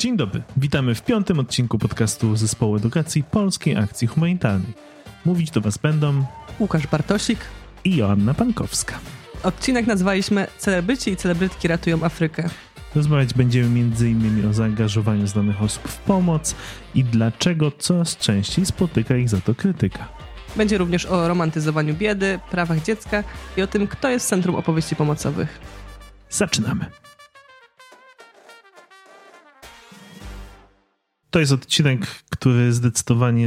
Dzień dobry, witamy w 5. odcinku podcastu Zespołu Edukacji Polskiej Akcji Humanitarnej. Mówić do Was będą Łukasz Bartosik i Joanna Pankowska. Odcinek nazwaliśmy Celebryci i celebrytki ratują Afrykę. Rozmawiać będziemy m.in. o zaangażowaniu znanych osób w pomoc i dlaczego coraz częściej spotyka ich za to krytyka. Będzie również o romantyzowaniu biedy, prawach dziecka i o tym, kto jest w centrum opowieści pomocowych. Zaczynamy. To jest odcinek, który zdecydowanie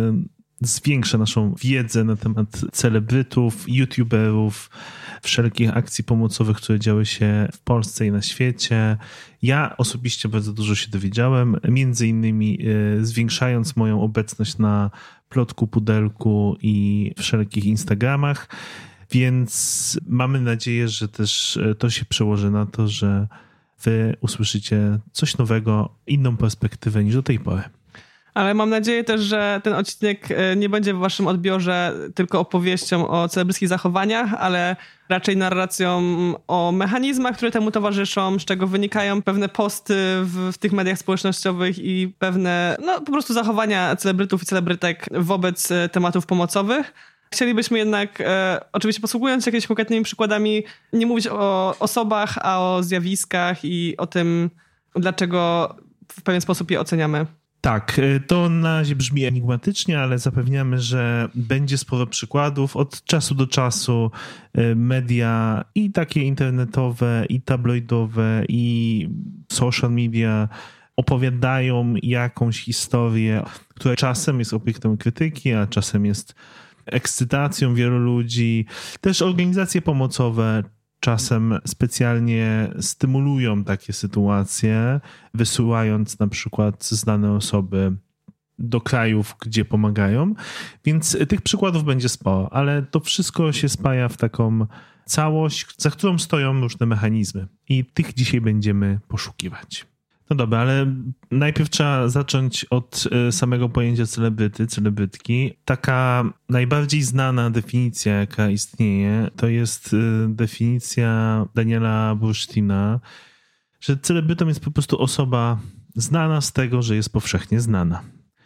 zwiększa naszą wiedzę na temat celebrytów, youtuberów, wszelkich akcji pomocowych, które działy się w Polsce i na świecie. Ja osobiście bardzo dużo się dowiedziałem, między innymi zwiększając moją obecność na Plotku, Pudelku i wszelkich Instagramach, więc mamy nadzieję, że też to się przełoży na to, że wy usłyszycie coś nowego, inną perspektywę niż do tej pory. Ale mam nadzieję też, że ten odcinek nie będzie w waszym odbiorze tylko opowieścią o celebryckich zachowaniach, ale raczej narracją o mechanizmach, które temu towarzyszą, z czego wynikają pewne posty w tych mediach społecznościowych i pewne po prostu zachowania celebrytów i celebrytek wobec tematów pomocowych. Chcielibyśmy jednak, oczywiście posługując się jakimiś konkretnymi przykładami, nie mówić o osobach, a o zjawiskach i o tym, dlaczego w pewien sposób je oceniamy. Tak, to na razie brzmi enigmatycznie, ale zapewniamy, że będzie sporo przykładów. Od czasu do czasu media i takie internetowe, i tabloidowe, i social media opowiadają jakąś historię, która czasem jest obiektem krytyki, a czasem jest ekscytacją wielu ludzi. Też organizacje pomocowe czasem specjalnie stymulują takie sytuacje, wysyłając na przykład znane osoby do krajów, gdzie pomagają. Więc tych przykładów będzie sporo, ale to wszystko się spaja w taką całość, za którą stoją różne mechanizmy. I tych dzisiaj będziemy poszukiwać. No dobra, ale najpierw trzeba zacząć od samego pojęcia celebryty, celebrytki. Taka najbardziej znana definicja, jaka istnieje, to jest definicja Daniela Bursztina, że celebrytą jest po prostu osoba znana z tego, że jest powszechnie znana.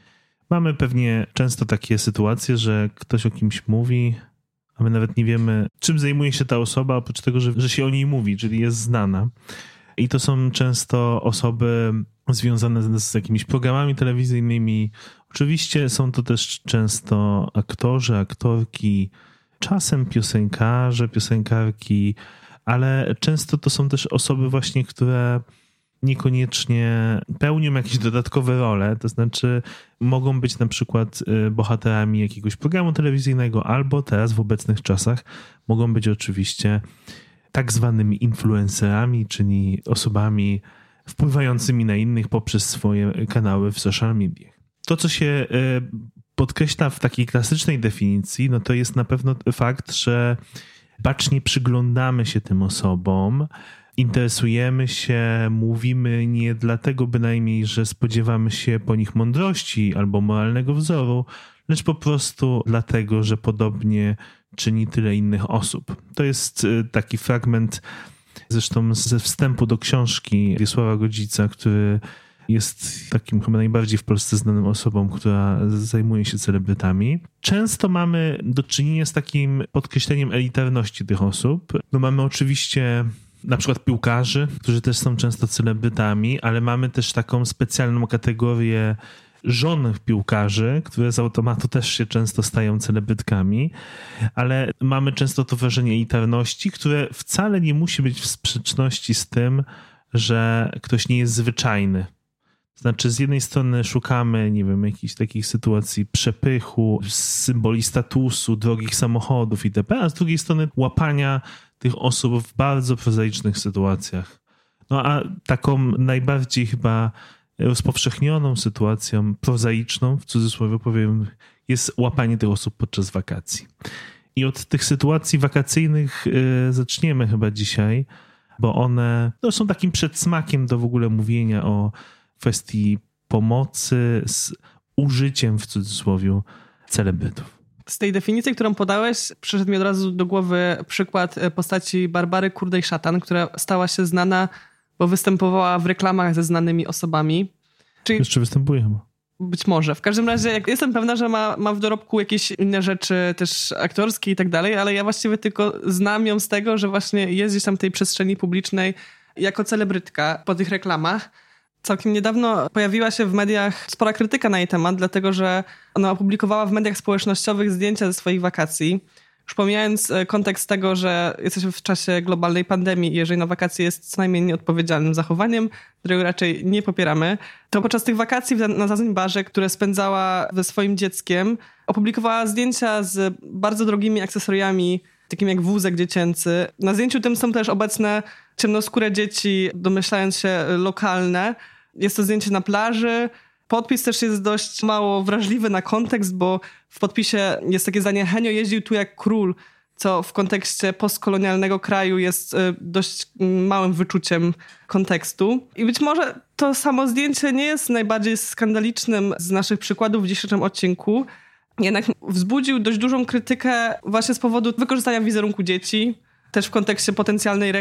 Mamy pewnie często takie sytuacje, że ktoś o kimś mówi, a my nawet nie wiemy, czym zajmuje się ta osoba, oprócz tego, że się o niej mówi, czyli jest znana. I to są często osoby związane z jakimiś programami telewizyjnymi. Oczywiście są to też często aktorzy, aktorki, czasem piosenkarze, piosenkarki, ale często to są też osoby właśnie, które niekoniecznie pełnią jakieś dodatkowe role, to znaczy mogą być na przykład bohaterami jakiegoś programu telewizyjnego albo teraz w obecnych czasach mogą być oczywiście tak zwanymi influencerami, czyli osobami wpływającymi na innych poprzez swoje kanały w social mediach. To, co się podkreśla w takiej klasycznej definicji, no to jest na pewno fakt, że bacznie przyglądamy się tym osobom, interesujemy się, mówimy nie dlatego bynajmniej, że spodziewamy się po nich mądrości albo moralnego wzoru, lecz po prostu dlatego, że podobnie czyni tyle innych osób. To jest taki fragment zresztą ze wstępu do książki Wiesława Godzica, który jest takim chyba najbardziej w Polsce znanym osobą, która zajmuje się celebrytami. Często mamy do czynienia z takim podkreśleniem elitarności tych osób. No mamy oczywiście na przykład piłkarzy, którzy też są często celebrytami, ale mamy też taką specjalną kategorię żon piłkarzy, które z automatu też się często stają celebrytkami, ale mamy często to wrażenie elitarności, które wcale nie musi być w sprzeczności z tym, że ktoś nie jest zwyczajny. Znaczy z jednej strony szukamy, nie wiem, jakichś takich sytuacji przepychu, symboli statusu, drogich samochodów itp., a z drugiej strony łapania tych osób w bardzo prozaicznych sytuacjach. No a taką najbardziej chyba rozpowszechnioną sytuacją prozaiczną, w cudzysłowie powiem, jest łapanie tych osób podczas wakacji. I od tych sytuacji wakacyjnych zaczniemy chyba dzisiaj, bo one są takim przedsmakiem do w ogóle mówienia o kwestii pomocy z użyciem, w cudzysłowie, celebrytów. Z tej definicji, którą podałeś, przyszedł mi od razu do głowy przykład postaci Barbary Kurdej-Szatan, która stała się znana bo występowała w reklamach ze znanymi osobami. Czyli jeszcze występuje chyba. Być może. W każdym razie jestem pewna, że ma w dorobku jakieś inne rzeczy też aktorskie i tak dalej, ale ja właściwie tylko znam ją z tego, że właśnie jest gdzieś tam w tej przestrzeni publicznej jako celebrytka po tych reklamach. Całkiem niedawno pojawiła się w mediach spora krytyka na jej temat, dlatego że ona opublikowała w mediach społecznościowych zdjęcia ze swoich wakacji. Już pomijając kontekst tego, że jesteśmy w czasie globalnej pandemii i jeżeli na wakacje jest co najmniej nieodpowiedzialnym zachowaniem, którego raczej nie popieramy, to podczas tych wakacji na Zanzibarze, które spędzała ze swoim dzieckiem, opublikowała zdjęcia z bardzo drogimi akcesoriami, takim jak wózek dziecięcy. Na zdjęciu tym są też obecne ciemnoskóre dzieci, domyślając się lokalne. Jest to zdjęcie na plaży. Podpis też jest dość mało wrażliwy na kontekst, bo w podpisie jest takie zdanie: Henio jeździł tu jak król, co w kontekście postkolonialnego kraju jest dość małym wyczuciem kontekstu. I być może to samo zdjęcie nie jest najbardziej skandalicznym z naszych przykładów w dzisiejszym odcinku, jednak wzbudził dość dużą krytykę właśnie z powodu wykorzystania wizerunku dzieci, też w kontekście potencjalnej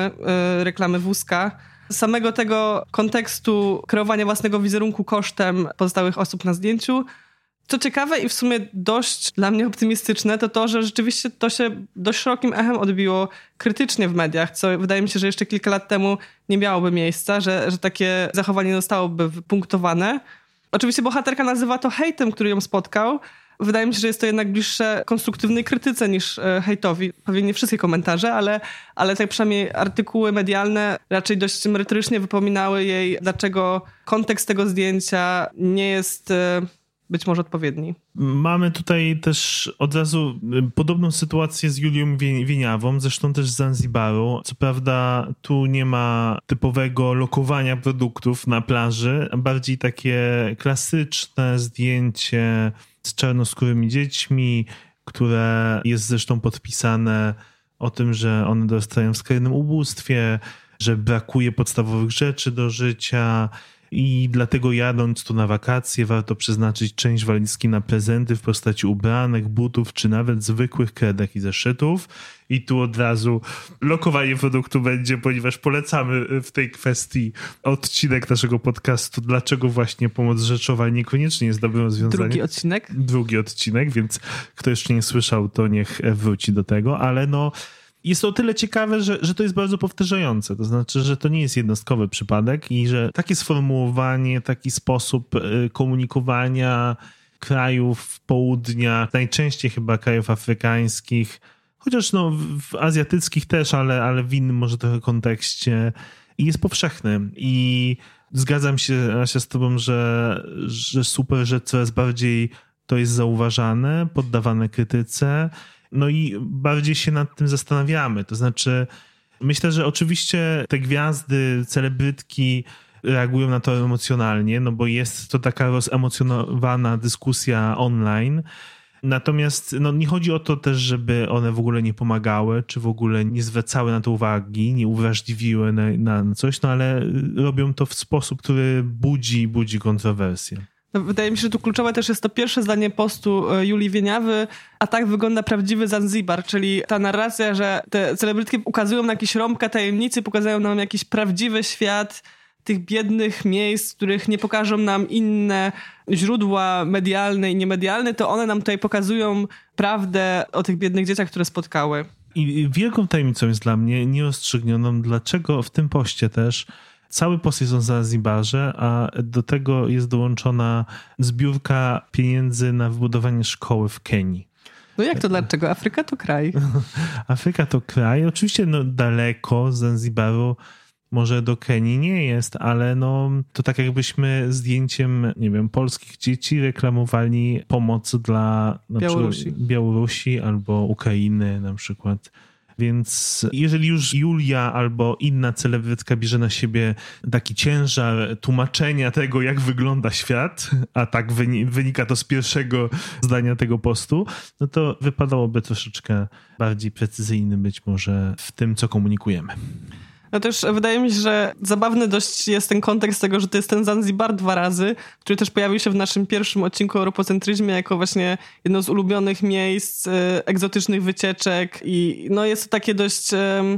reklamy wózka, samego tego kontekstu kreowania własnego wizerunku kosztem pozostałych osób na zdjęciu. Co ciekawe i w sumie dość dla mnie optymistyczne, to, że rzeczywiście to się dość szerokim echem odbiło krytycznie w mediach, co wydaje mi się, że jeszcze kilka lat temu nie miałoby miejsca, że takie zachowanie zostałoby wypunktowane. Oczywiście bohaterka nazywa to hejtem, który ją spotkał. Wydaje mi się, że jest to jednak bliższe konstruktywnej krytyce niż hejtowi. Pewnie nie wszystkie komentarze, ale tak przynajmniej artykuły medialne raczej dość merytorycznie wypominały jej, dlaczego kontekst tego zdjęcia nie jest być może odpowiedni. Mamy tutaj też od razu podobną sytuację z Julią Wieniawą, zresztą też z Zanzibaru. Co prawda tu nie ma typowego lokowania produktów na plaży, bardziej takie klasyczne zdjęcie z czarnoskórymi dziećmi, które jest zresztą podpisane o tym, że one dorastają w skrajnym ubóstwie, że brakuje podstawowych rzeczy do życia i dlatego jadąc tu na wakacje warto przeznaczyć część walizki na prezenty w postaci ubranek, butów czy nawet zwykłych kredek i zeszytów. I tu od razu lokowanie produktu będzie, ponieważ polecamy w tej kwestii odcinek naszego podcastu, dlaczego właśnie pomoc rzeczowa niekoniecznie jest dobrym rozwiązaniem. Drugi odcinek, więc kto jeszcze nie słyszał, to niech wróci do tego, ale jest to o tyle ciekawe, że to jest bardzo powtarzające. To znaczy, że to nie jest jednostkowy przypadek i że takie sformułowanie, taki sposób komunikowania krajów południa, najczęściej chyba krajów afrykańskich, chociaż w azjatyckich też, ale w innym może trochę kontekście, i jest powszechny. I zgadzam się, Asia, z tobą, że super, że coraz bardziej to jest zauważane, poddawane krytyce. No i bardziej się nad tym zastanawiamy. To znaczy, myślę, że oczywiście te gwiazdy, celebrytki reagują na to emocjonalnie, no bo jest to taka rozemocjonowana dyskusja online. Natomiast nie chodzi o to też, żeby one w ogóle nie pomagały, czy w ogóle nie zwracały na to uwagi, nie uwrażliwiły na coś, ale robią to w sposób, który budzi kontrowersję. Wydaje mi się, że tu kluczowe też jest to pierwsze zdanie postu Julii Wieniawy, a tak wygląda prawdziwy Zanzibar, czyli ta narracja, że te celebrytki ukazują na jakiś rąbka tajemnicy, pokazują nam jakiś prawdziwy świat tych biednych miejsc, których nie pokażą nam inne źródła medialne i niemedialne, to one nam tutaj pokazują prawdę o tych biednych dzieciach, które spotkały. I wielką tajemnicą jest dla mnie nierozstrzygnioną, dlaczego w tym poście też cały post jest o Zanzibarze, a do tego jest dołączona zbiórka pieniędzy na wybudowanie szkoły w Kenii. No jak to dlaczego? Afryka to kraj. Afryka to kraj. Oczywiście daleko z Zanzibaru, może do Kenii nie jest, ale to tak jakbyśmy zdjęciem, nie wiem, polskich dzieci reklamowali pomoc dla na Białorusi albo Ukrainy na przykład. Więc jeżeli już Julia albo inna celebrytka bierze na siebie taki ciężar tłumaczenia tego, jak wygląda świat, a tak wynika to z pierwszego zdania tego postu, to wypadałoby troszeczkę bardziej precyzyjny być może w tym, co komunikujemy. No też wydaje mi się, że zabawny dość jest ten kontekst tego, że to jest ten Zanzibar 2 razy, który też pojawił się w naszym pierwszym odcinku o europocentryzmie jako właśnie jedno z ulubionych miejsc, egzotycznych wycieczek i jest to takie dość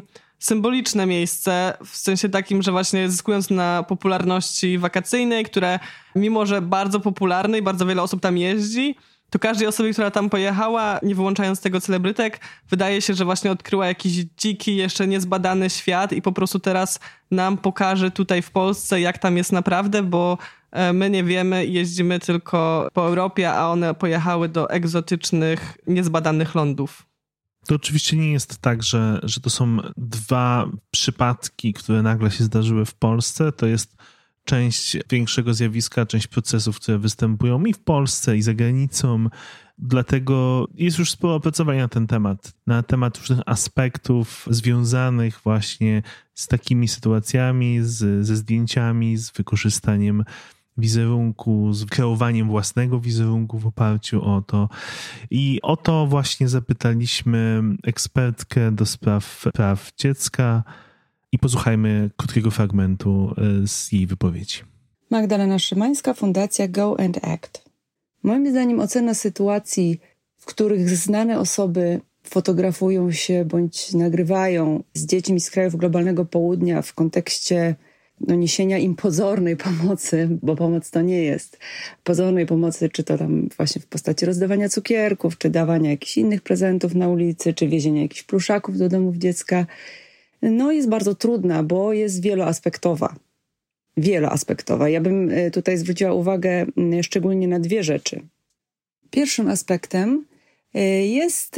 symboliczne miejsce, w sensie takim, że właśnie zyskując na popularności wakacyjnej, które mimo, że bardzo popularne i bardzo wiele osób tam jeździ, to każdej osobie, która tam pojechała, nie wyłączając tego celebrytek, wydaje się, że właśnie odkryła jakiś dziki, jeszcze niezbadany świat i po prostu teraz nam pokaże tutaj w Polsce, jak tam jest naprawdę, bo my nie wiemy i jeździmy tylko po Europie, a one pojechały do egzotycznych, niezbadanych lądów. To oczywiście nie jest tak, że to są dwa przypadki, które nagle się zdarzyły w Polsce. To jest część większego zjawiska, część procesów, które występują i w Polsce, i za granicą. Dlatego jest już sporo opracowań na temat różnych aspektów związanych właśnie z takimi sytuacjami, ze zdjęciami, z wykorzystaniem wizerunku, z kreowaniem własnego wizerunku w oparciu o to. I o to właśnie zapytaliśmy ekspertkę do spraw praw dziecka i posłuchajmy krótkiego fragmentu z jej wypowiedzi. Magdalena Szymańska, Fundacja Go and Act. Moim zdaniem ocena sytuacji, w których znane osoby fotografują się bądź nagrywają z dziećmi z krajów globalnego południa w kontekście niesienia im pozornej pomocy, bo pomoc to nie jest, pozornej pomocy, czy to tam właśnie w postaci rozdawania cukierków, czy dawania jakichś innych prezentów na ulicy, czy wiezienia jakichś pluszaków do domów dziecka, jest bardzo trudna, bo jest wieloaspektowa. Ja bym tutaj zwróciła uwagę szczególnie na dwie rzeczy. Pierwszym aspektem jest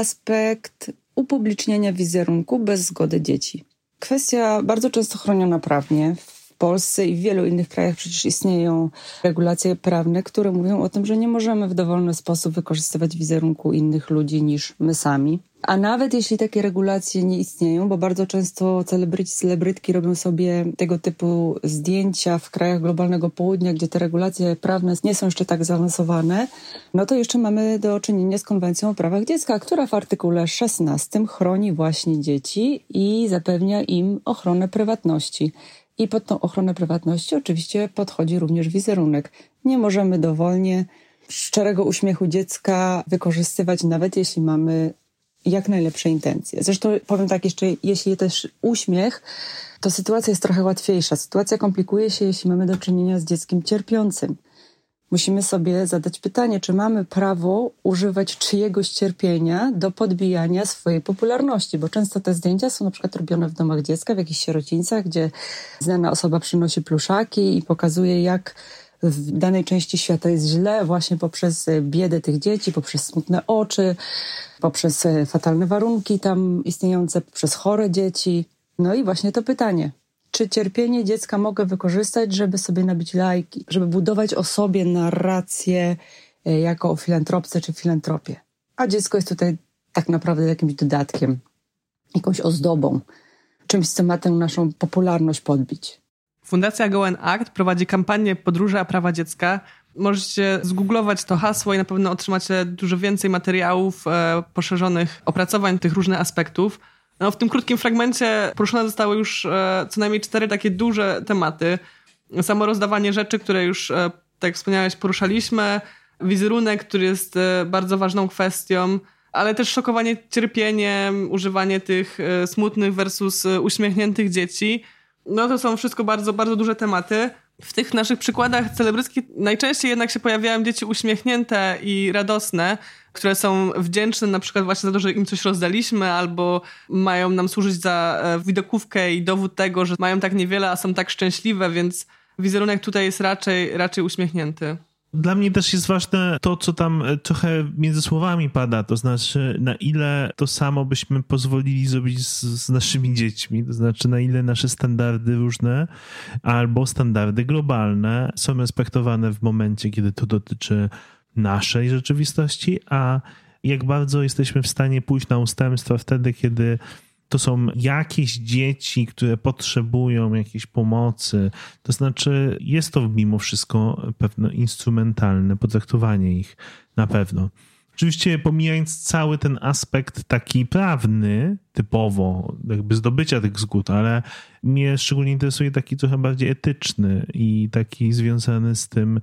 aspekt upubliczniania wizerunku bez zgody dzieci. Kwestia bardzo często chroniona prawnie. W Polsce i w wielu innych krajach przecież istnieją regulacje prawne, które mówią o tym, że nie możemy w dowolny sposób wykorzystywać wizerunku innych ludzi niż my sami. A nawet jeśli takie regulacje nie istnieją, bo bardzo często celebrytki robią sobie tego typu zdjęcia w krajach globalnego południa, gdzie te regulacje prawne nie są jeszcze tak zaawansowane, to jeszcze mamy do czynienia z Konwencją o prawach dziecka, która w artykule 16 chroni właśnie dzieci i zapewnia im ochronę prywatności. I pod tą ochronę prywatności oczywiście podchodzi również wizerunek. Nie możemy dowolnie szczerego uśmiechu dziecka wykorzystywać, nawet jeśli mamy jak najlepsze intencje. Zresztą powiem tak jeszcze, jeśli też uśmiech, to sytuacja jest trochę łatwiejsza. Sytuacja komplikuje się, jeśli mamy do czynienia z dzieckiem cierpiącym. Musimy sobie zadać pytanie, czy mamy prawo używać czyjegoś cierpienia do podbijania swojej popularności, bo często te zdjęcia są na przykład robione w domach dziecka, w jakichś sierocińcach, gdzie znana osoba przynosi pluszaki i pokazuje, jak w danej części świata jest źle właśnie poprzez biedę tych dzieci, poprzez smutne oczy, poprzez fatalne warunki tam istniejące, poprzez chore dzieci. I właśnie to pytanie. Czy cierpienie dziecka mogę wykorzystać, żeby sobie nabić lajki, żeby budować o sobie narrację jako o filantropce czy filantropie? A dziecko jest tutaj tak naprawdę jakimś dodatkiem, jakąś ozdobą, czymś, co ma tę naszą popularność podbić. Fundacja Go and Act prowadzi kampanię Podróże a prawa dziecka. Możecie zgooglować to hasło i na pewno otrzymacie dużo więcej materiałów, poszerzonych opracowań tych różnych aspektów. W tym krótkim fragmencie poruszone zostały już co najmniej 4 takie duże tematy. Samo rozdawanie rzeczy, które już, tak jak wspomniałeś, poruszaliśmy. Wizerunek, który jest bardzo ważną kwestią, ale też szokowanie cierpieniem, używanie tych smutnych versus uśmiechniętych dzieci. To są wszystko bardzo, bardzo duże tematy. W tych naszych przykładach celebryckich najczęściej jednak się pojawiają dzieci uśmiechnięte i radosne, które są wdzięczne na przykład właśnie za to, że im coś rozdaliśmy, albo mają nam służyć za widokówkę i dowód tego, że mają tak niewiele, a są tak szczęśliwe, więc wizerunek tutaj jest raczej uśmiechnięty. Dla mnie też jest ważne to, co tam trochę między słowami pada, to znaczy na ile to samo byśmy pozwolili zrobić z naszymi dziećmi, to znaczy na ile nasze standardy różne albo standardy globalne są respektowane w momencie, kiedy to dotyczy naszej rzeczywistości, a jak bardzo jesteśmy w stanie pójść na ustępstwa wtedy, kiedy to są jakieś dzieci, które potrzebują jakiejś pomocy. To znaczy jest to mimo wszystko pewne instrumentalne potraktowanie ich na pewno. Oczywiście pomijając cały ten aspekt taki prawny, typowo jakby zdobycia tych zgód, ale mnie szczególnie interesuje taki trochę bardziej etyczny i taki związany z tym,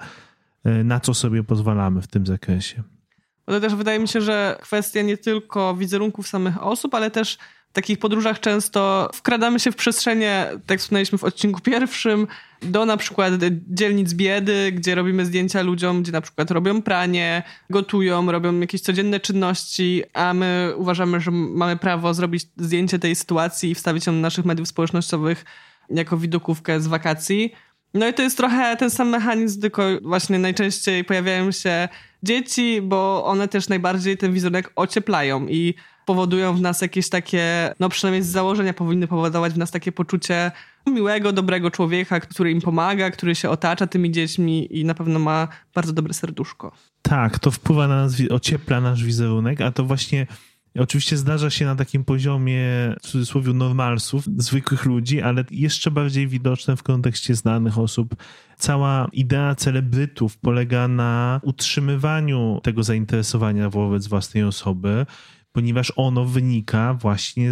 na co sobie pozwalamy w tym zakresie. To też wydaje mi się, że kwestia nie tylko wizerunków samych osób, ale też w takich podróżach często wkradamy się w przestrzenie, tak jak wspomnieliśmy w odcinku pierwszym, do na przykład dzielnic biedy, gdzie robimy zdjęcia ludziom, gdzie na przykład robią pranie, gotują, robią jakieś codzienne czynności, a my uważamy, że mamy prawo zrobić zdjęcie tej sytuacji i wstawić ją na naszych mediów społecznościowych jako widokówkę z wakacji. No i to jest trochę ten sam mechanizm, tylko właśnie najczęściej pojawiają się dzieci, bo one też najbardziej ten wizerunek ocieplają i powodują w nas jakieś takie, no przynajmniej z założenia powinny powodować w nas takie poczucie miłego, dobrego człowieka, który im pomaga, który się otacza tymi dziećmi i na pewno ma bardzo dobre serduszko. Tak, to wpływa na nas, ociepla nasz wizerunek, a to właśnie oczywiście zdarza się na takim poziomie, w cudzysłowie, normalsów, zwykłych ludzi, ale jeszcze bardziej widoczne w kontekście znanych osób. Cała idea celebrytów polega na utrzymywaniu tego zainteresowania wobec własnej osoby, ponieważ ono wynika właśnie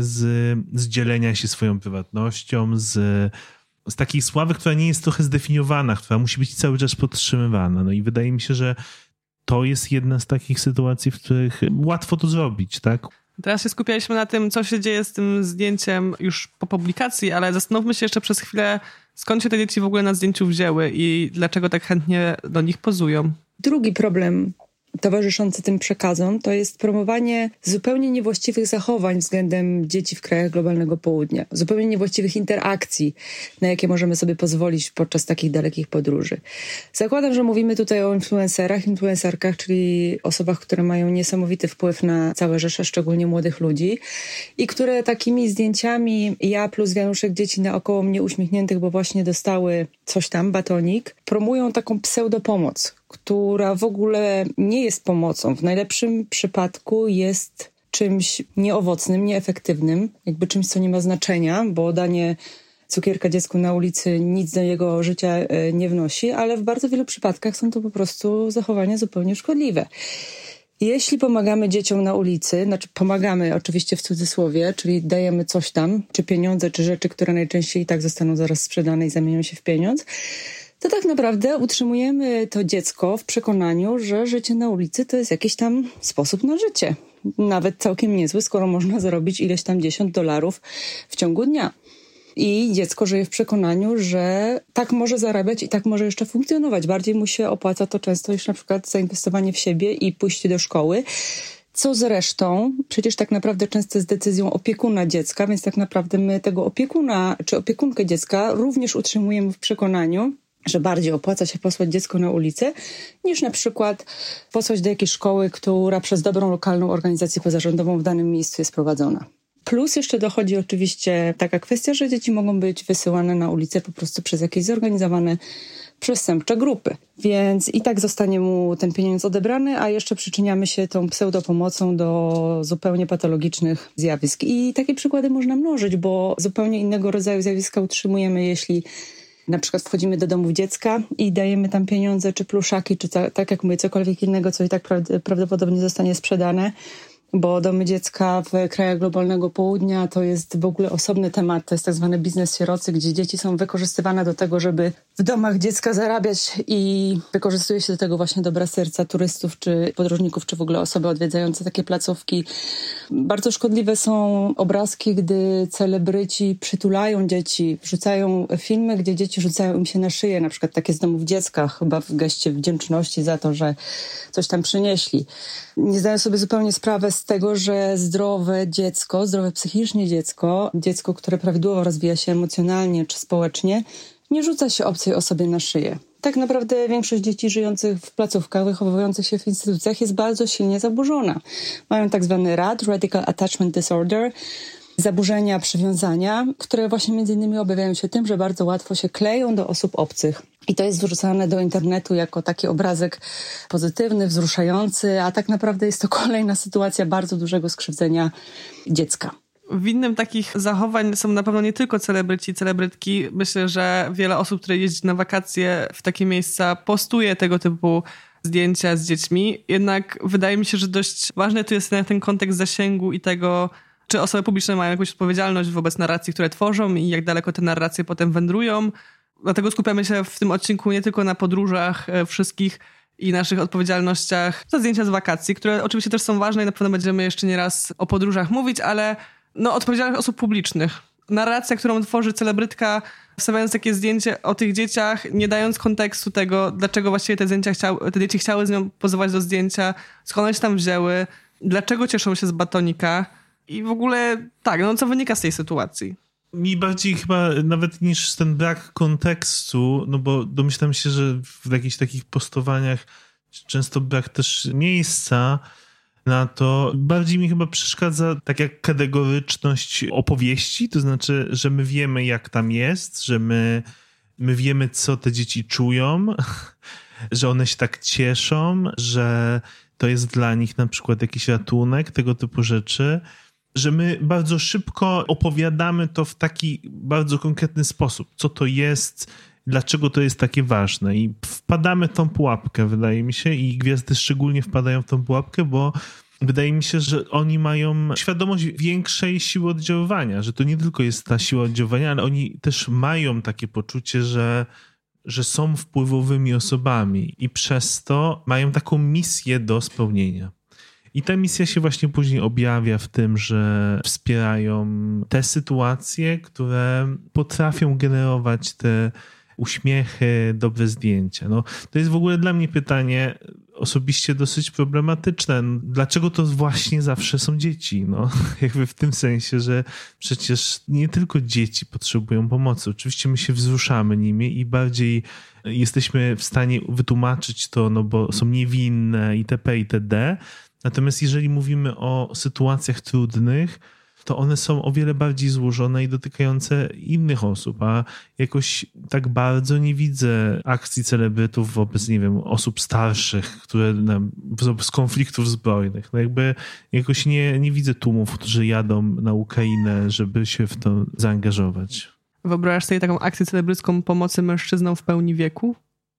z dzielenia się swoją prywatnością, z takiej sławy, która nie jest trochę zdefiniowana, która musi być cały czas podtrzymywana. No i wydaje mi się, że to jest jedna z takich sytuacji, w których łatwo to zrobić, tak? Teraz się skupialiśmy na tym, co się dzieje z tym zdjęciem już po publikacji, ale zastanówmy się jeszcze przez chwilę, skąd się te dzieci w ogóle na zdjęciu wzięły i dlaczego tak chętnie do nich pozują. Drugi problem towarzyszący tym przekazom to jest promowanie zupełnie niewłaściwych zachowań względem dzieci w krajach globalnego południa. Zupełnie niewłaściwych interakcji, na jakie możemy sobie pozwolić podczas takich dalekich podróży. Zakładam, że mówimy tutaj o influencerkach, czyli osobach, które mają niesamowity wpływ na całe rzesze, szczególnie młodych ludzi i które takimi zdjęciami ja plus wianuszek dzieci naokoło mnie uśmiechniętych, bo właśnie dostały coś tam, batonik, promują taką pseudopomoc, która w ogóle nie jest pomocą. W najlepszym przypadku jest czymś nieowocnym, nieefektywnym, jakby czymś, co nie ma znaczenia, bo danie cukierka dziecku na ulicy nic do jego życia nie wnosi, ale w bardzo wielu przypadkach są to po prostu zachowania zupełnie szkodliwe. Jeśli pomagamy dzieciom na ulicy, znaczy pomagamy oczywiście w cudzysłowie, czyli dajemy coś tam, czy pieniądze, czy rzeczy, które najczęściej i tak zostaną zaraz sprzedane i zamienią się w pieniądz, to tak naprawdę utrzymujemy to dziecko w przekonaniu, że życie na ulicy to jest jakiś tam sposób na życie. Nawet całkiem niezły, skoro można zarobić ileś tam $10 w ciągu dnia. I dziecko żyje w przekonaniu, że tak może zarabiać i tak może jeszcze funkcjonować. Bardziej mu się opłaca to często niż na przykład zainwestowanie w siebie i pójście do szkoły. Co zresztą przecież tak naprawdę często jest decyzją opiekuna dziecka, więc tak naprawdę my tego opiekuna czy opiekunkę dziecka również utrzymujemy w przekonaniu, że bardziej opłaca się posłać dziecko na ulicę, niż na przykład posłać do jakiejś szkoły, która przez dobrą lokalną organizację pozarządową w danym miejscu jest prowadzona. Plus jeszcze dochodzi oczywiście taka kwestia, że dzieci mogą być wysyłane na ulicę po prostu przez jakieś zorganizowane przestępcze grupy. Więc i tak zostanie mu ten pieniądz odebrany, a jeszcze przyczyniamy się tą pseudopomocą do zupełnie patologicznych zjawisk. I takie przykłady można mnożyć, bo zupełnie innego rodzaju zjawiska utrzymujemy, jeśli na przykład wchodzimy do domów dziecka i dajemy tam pieniądze, czy pluszaki, czy tak jak mówię, cokolwiek innego, co i tak prawdopodobnie zostanie sprzedane, bo domy dziecka w krajach globalnego południa to jest w ogóle osobny temat, to jest tak zwany biznes sierocy, gdzie dzieci są wykorzystywane do tego, żeby w domach dziecka zarabiać i wykorzystuje się do tego właśnie dobra serca turystów, czy podróżników, czy w ogóle osoby odwiedzające takie placówki. Bardzo szkodliwe są obrazki, gdy celebryci przytulają dzieci, wrzucają filmy, gdzie dzieci rzucają im się na szyję, na przykład takie z domów dziecka, chyba w geście wdzięczności za to, że coś tam przynieśli. Nie zdają sobie zupełnie sprawy z tego, że zdrowe dziecko, zdrowe psychicznie dziecko, które prawidłowo rozwija się emocjonalnie czy społecznie, nie rzuca się obcej osobie na szyję. Tak naprawdę większość dzieci żyjących w placówkach, wychowujących się w instytucjach jest bardzo silnie zaburzona. Mają tak zwany RAD, Radical Attachment Disorder, zaburzenia przywiązania, które właśnie między innymi objawiają się tym, że bardzo łatwo się kleją do osób obcych. I to jest wrzucane do internetu jako taki obrazek pozytywny, wzruszający, a tak naprawdę jest to kolejna sytuacja bardzo dużego skrzywdzenia dziecka. Winnym takich zachowań są na pewno nie tylko celebryci, celebrytki. Myślę, że wiele osób, które jeździ na wakacje w takie miejsca, postuje tego typu zdjęcia z dziećmi. Jednak wydaje mi się, że dość ważny tu jest ten kontekst zasięgu i tego, czy osoby publiczne mają jakąś odpowiedzialność wobec narracji, które tworzą i jak daleko te narracje potem wędrują. Dlatego skupiamy się w tym odcinku nie tylko na podróżach wszystkich i naszych odpowiedzialnościach za zdjęcia z wakacji, które oczywiście też są ważne i na pewno będziemy jeszcze nie raz o podróżach mówić, ale odpowiedzialność osób publicznych. Narracja, którą tworzy celebrytka, wstawiając takie zdjęcie o tych dzieciach, nie dając kontekstu tego, dlaczego właściwie te dzieci chciały z nią pozować do zdjęcia, skąd one się tam wzięły, dlaczego cieszą się z batonika i w ogóle co wynika z tej sytuacji. Mi bardziej chyba nawet niż ten brak kontekstu, no bo domyślam się, że w jakichś takich postowaniach często brak też miejsca na to. Bardziej mi chyba przeszkadza tak jak kategoryczność opowieści, to znaczy, że my wiemy jak tam jest, że my wiemy co te dzieci czują, że one się tak cieszą, że to jest dla nich na przykład jakiś ratunek, tego typu rzeczy, że my bardzo szybko opowiadamy to w taki bardzo konkretny sposób. Co to jest, dlaczego to jest takie ważne. I wpadamy w tą pułapkę, wydaje mi się, i gwiazdy szczególnie wpadają w tą pułapkę, bo wydaje mi się, że oni mają świadomość większej siły oddziaływania, że to nie tylko jest ta siła oddziaływania, ale oni też mają takie poczucie, że są wpływowymi osobami i przez to mają taką misję do spełnienia. I ta misja się właśnie później objawia w tym, że wspierają te sytuacje, które potrafią generować te uśmiechy, dobre zdjęcia. No, to jest w ogóle dla mnie pytanie osobiście dosyć problematyczne. Dlaczego to właśnie zawsze są dzieci? No, jakby w tym sensie, że przecież nie tylko dzieci potrzebują pomocy. Oczywiście my się wzruszamy nimi i bardziej jesteśmy w stanie wytłumaczyć to, no bo są niewinne itp. itd. Natomiast jeżeli mówimy o sytuacjach trudnych, to one są o wiele bardziej złożone i dotykające innych osób, a jakoś tak bardzo nie widzę akcji celebrytów wobec, nie wiem, osób starszych, które z konfliktów zbrojnych. No jakby jakoś nie widzę tłumów, którzy jadą na Ukrainę, żeby się w to zaangażować. Wyobrażasz sobie taką akcję celebrycką pomocy mężczyznom w pełni wieku?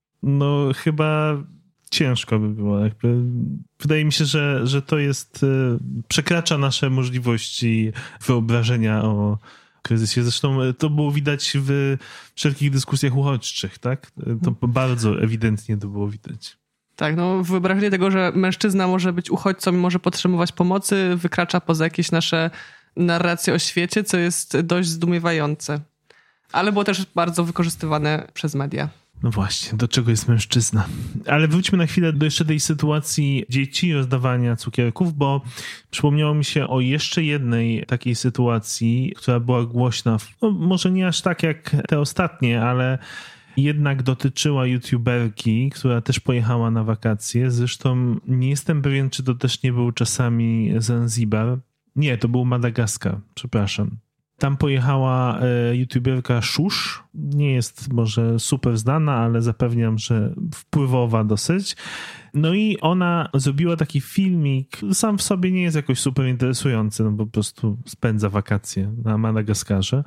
No chyba ciężko by było. Jakby wydaje mi się, że to jest, przekracza nasze możliwości wyobrażenia o kryzysie. Zresztą to było widać w wszelkich dyskusjach uchodźczych, tak? To bardzo ewidentnie to było widać. Tak, no wyobrażenie tego, że mężczyzna może być uchodźcą i może potrzebować pomocy, wykracza poza jakieś nasze narracje o świecie, co jest dość zdumiewające. Ale było też bardzo wykorzystywane przez media. No właśnie, do czego jest mężczyzna? Ale wróćmy na chwilę do jeszcze tej sytuacji dzieci, rozdawania cukierków, bo przypomniało mi się o jeszcze jednej takiej sytuacji, która była głośna, no może nie aż tak jak te ostatnie, ale jednak dotyczyła youtuberki, która też pojechała na wakacje. Zresztą nie jestem pewien, czy to też nie był czasami Zanzibar. Nie, to był Madagaskar, przepraszam. Tam pojechała youtuberka Shush. Nie jest może super znana, ale zapewniam, że wpływowa dosyć. No i ona zrobiła taki filmik. Sam w sobie nie jest jakoś super interesujący, no bo po prostu spędza wakacje na Madagaskarze.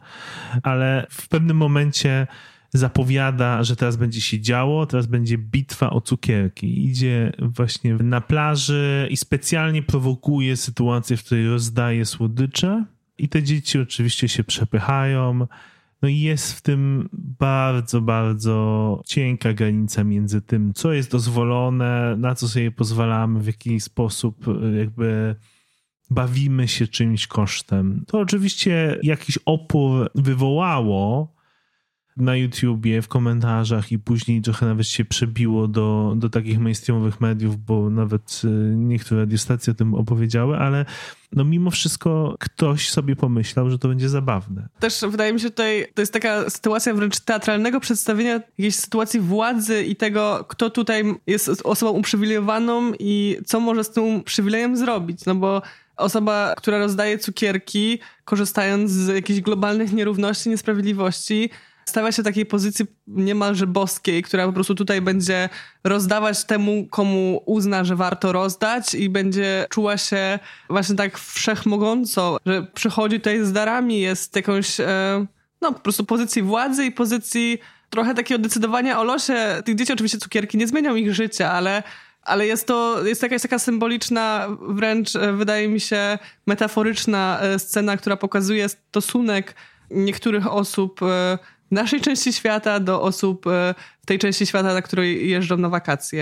Ale w pewnym momencie zapowiada, że teraz będzie się działo, teraz będzie bitwa o cukierki. Idzie właśnie na plaży i specjalnie prowokuje sytuację, w której rozdaje słodycze. I te dzieci oczywiście się przepychają. No i jest w tym bardzo, bardzo cienka granica między tym, co jest dozwolone, na co sobie pozwalamy, w jaki sposób jakby bawimy się czymś kosztem. To oczywiście jakiś opór wywołało na YouTubie, w komentarzach i później trochę nawet się przebiło do takich mainstreamowych mediów, bo nawet niektóre radiostacje o tym opowiedziały, ale no mimo wszystko ktoś sobie pomyślał, że to będzie zabawne. Też wydaje mi się tutaj, to jest taka sytuacja wręcz teatralnego przedstawienia jakiejś sytuacji władzy i tego, kto tutaj jest osobą uprzywilejowaną i co może z tym przywilejem zrobić, no bo osoba, która rozdaje cukierki, korzystając z jakichś globalnych nierówności, niesprawiedliwości, stawia się w takiej pozycji niemalże boskiej, która po prostu tutaj będzie rozdawać temu, komu uzna, że warto rozdać i będzie czuła się właśnie tak wszechmogąco, że przychodzi tutaj z darami, jest jakąś po prostu pozycji władzy i pozycji trochę takiego decydowania o losie tych dzieci. Oczywiście cukierki nie zmienią ich życia, ale jest jakaś taka symboliczna, wręcz wydaje mi się metaforyczna scena, która pokazuje stosunek niektórych osób naszej części świata do osób w tej części świata, na której jeżdżą na wakacje.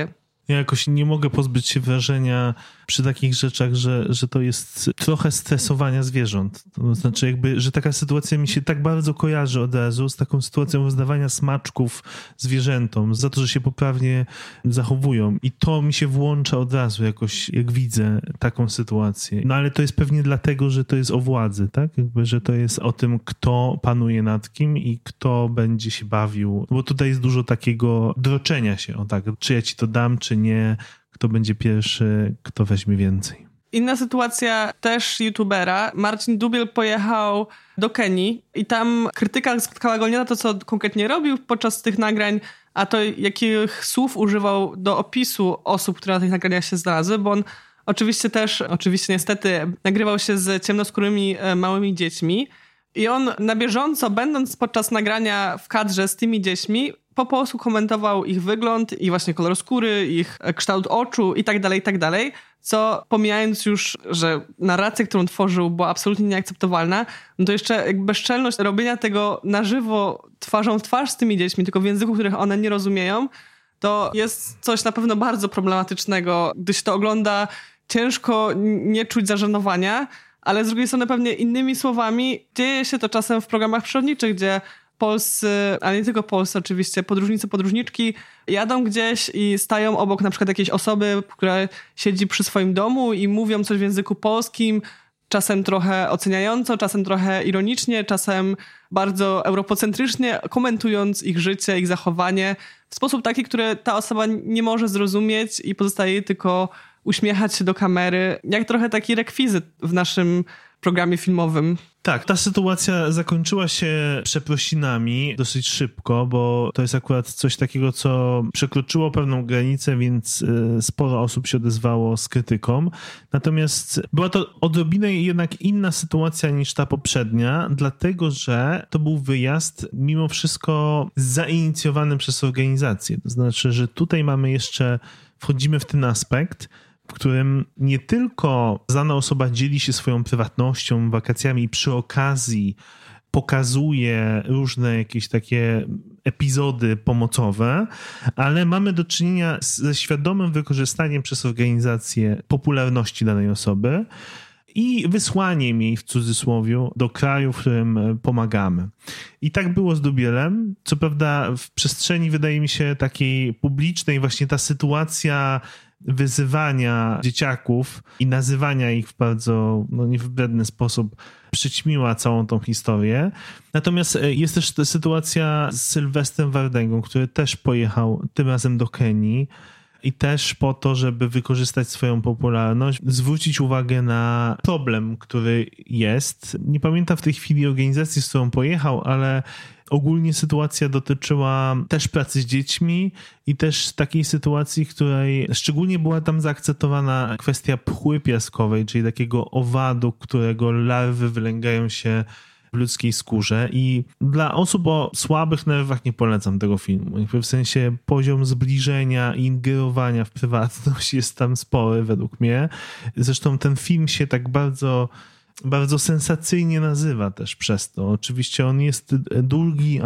Ja jakoś nie mogę pozbyć się wrażenia przy takich rzeczach, że to jest trochę stresowania zwierząt. To znaczy jakby, że taka sytuacja mi się tak bardzo kojarzy od razu z taką sytuacją rozdawania smaczków zwierzętom za to, że się poprawnie zachowują. I to mi się włącza od razu jakoś, jak widzę taką sytuację. No ale to jest pewnie dlatego, że to jest o władzy, tak? Jakby, że to jest o tym, kto panuje nad kim i kto będzie się bawił. Bo tutaj jest dużo takiego droczenia się, o tak, czy ja ci to dam, czy nie, kto będzie pierwszy, kto weźmie więcej. Inna sytuacja też youtubera. Marcin Dubiel pojechał do Kenii i tam krytyka spotkała go nie na to, co konkretnie robił podczas tych nagrań, a to jakich słów używał do opisu osób, które na tych nagraniach się znalazły, bo on oczywiście niestety nagrywał się z ciemnoskórymi małymi dziećmi i on na bieżąco, będąc podczas nagrania w kadrze z tymi dziećmi, po polsku komentował ich wygląd i właśnie kolor skóry, ich kształt oczu i tak dalej, co pomijając już, że narracja, którą tworzył, była absolutnie nieakceptowalna, no to jeszcze jakby bezczelność robienia tego na żywo, twarzą w twarz z tymi dziećmi, tylko w języku, których one nie rozumieją, to jest coś na pewno bardzo problematycznego. Gdy się to ogląda, ciężko nie czuć zażenowania, ale z drugiej strony pewnie innymi słowami dzieje się to czasem w programach przyrodniczych, gdzie polscy, ale nie tylko polscy oczywiście, podróżnicy, podróżniczki jadą gdzieś i stają obok na przykład jakiejś osoby, która siedzi przy swoim domu i mówią coś w języku polskim, czasem trochę oceniająco, czasem trochę ironicznie, czasem bardzo europocentrycznie, komentując ich życie, ich zachowanie w sposób taki, który ta osoba nie może zrozumieć i pozostaje jej tylko uśmiechać się do kamery, jak trochę taki rekwizyt w naszym programie filmowym. Tak, ta sytuacja zakończyła się przeprosinami dosyć szybko, bo to jest akurat coś takiego, co przekroczyło pewną granicę, więc sporo osób się odezwało z krytyką. Natomiast była to odrobinę jednak inna sytuacja niż ta poprzednia, dlatego że to był wyjazd mimo wszystko zainicjowany przez organizację. To znaczy, że tutaj wchodzimy w ten aspekt, w którym nie tylko znana osoba dzieli się swoją prywatnością, wakacjami i przy okazji pokazuje różne jakieś takie epizody pomocowe, ale mamy do czynienia ze świadomym wykorzystaniem przez organizację popularności danej osoby i wysłaniem jej w cudzysłowie do kraju, w którym pomagamy. I tak było z Dubielem. Co prawda w przestrzeni, wydaje mi się, takiej publicznej właśnie ta sytuacja wyzywania dzieciaków i nazywania ich w bardzo niewybredny sposób przyćmiła całą tą historię. Natomiast jest też ta sytuacja z Sylwestrem Wardęgą, który też pojechał tym razem do Kenii i też po to, żeby wykorzystać swoją popularność, zwrócić uwagę na problem, który jest. Nie pamiętam w tej chwili organizacji, z którą pojechał, ale ogólnie sytuacja dotyczyła też pracy z dziećmi i też takiej sytuacji, w której szczególnie była tam zaakcentowana kwestia pchły piaskowej, czyli takiego owadu, którego larwy wylęgają się w ludzkiej skórze i dla osób o słabych nerwach nie polecam tego filmu. W sensie poziom zbliżenia i ingerowania w prywatność jest tam spory według mnie. Zresztą ten film się tak bardzo sensacyjnie nazywa też przez to. Oczywiście on jest długi,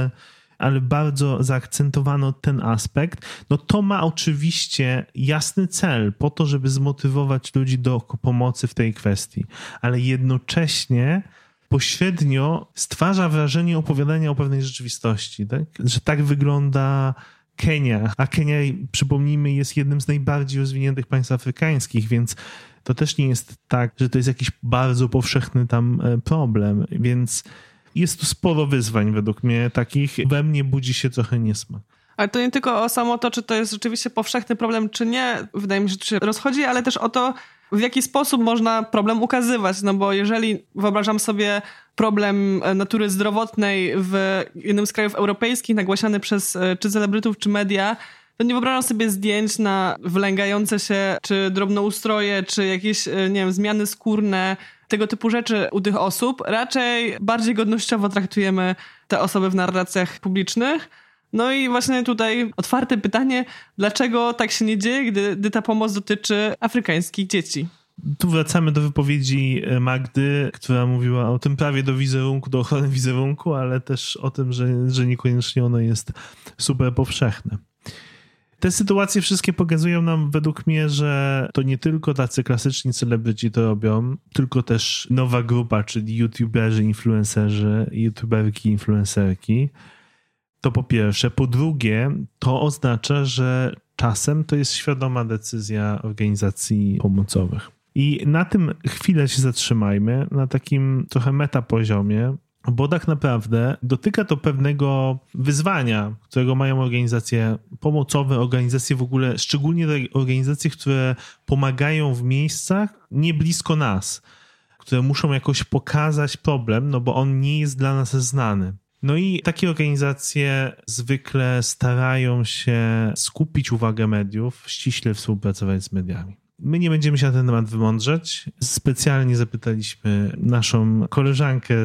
ale bardzo zaakcentowano ten aspekt. No to ma oczywiście jasny cel po to, żeby zmotywować ludzi do pomocy w tej kwestii, ale jednocześnie pośrednio stwarza wrażenie opowiadania o pewnej rzeczywistości, tak? Że tak wygląda Kenia, a Kenia, przypomnijmy, jest jednym z najbardziej rozwiniętych państw afrykańskich, więc to też nie jest tak, że to jest jakiś bardzo powszechny tam problem, więc jest tu sporo wyzwań według mnie takich. We mnie budzi się trochę niesmak. Ale to nie tylko o samo to, czy to jest rzeczywiście powszechny problem, czy nie. Wydaje mi się, że to się rozchodzi, ale też o to, w jaki sposób można problem ukazywać. No bo jeżeli wyobrażam sobie problem natury zdrowotnej w jednym z krajów europejskich nagłaśniany przez czy celebrytów, czy media, to nie wyobrażam sobie zdjęć na wylęgające się czy drobnoustroje, czy jakieś, nie wiem, zmiany skórne, tego typu rzeczy u tych osób. Raczej bardziej godnościowo traktujemy te osoby w narracjach publicznych. No i właśnie tutaj otwarte pytanie, dlaczego tak się nie dzieje, gdy ta pomoc dotyczy afrykańskich dzieci? Tu wracamy do wypowiedzi Magdy, która mówiła o tym prawie do wizerunku, do ochrony wizerunku, ale też o tym, że niekoniecznie ono jest super powszechne. Te sytuacje wszystkie pokazują nam według mnie, że to nie tylko tacy klasyczni celebryci to robią, tylko też nowa grupa, czyli youtuberzy, influencerzy, youtuberki, influencerki. To po pierwsze. Po drugie, to oznacza, że czasem to jest świadoma decyzja organizacji pomocowych. I na tym chwilę się zatrzymajmy, na takim trochę metapoziomie, bo tak naprawdę dotyka to pewnego wyzwania, którego mają organizacje pomocowe, organizacje w ogóle, szczególnie te organizacje, które pomagają w miejscach nie blisko nas, które muszą jakoś pokazać problem, no bo on nie jest dla nas znany. No i takie organizacje zwykle starają się skupić uwagę mediów, ściśle współpracować z mediami. My nie będziemy się na ten temat wymądrzeć. Specjalnie zapytaliśmy naszą koleżankę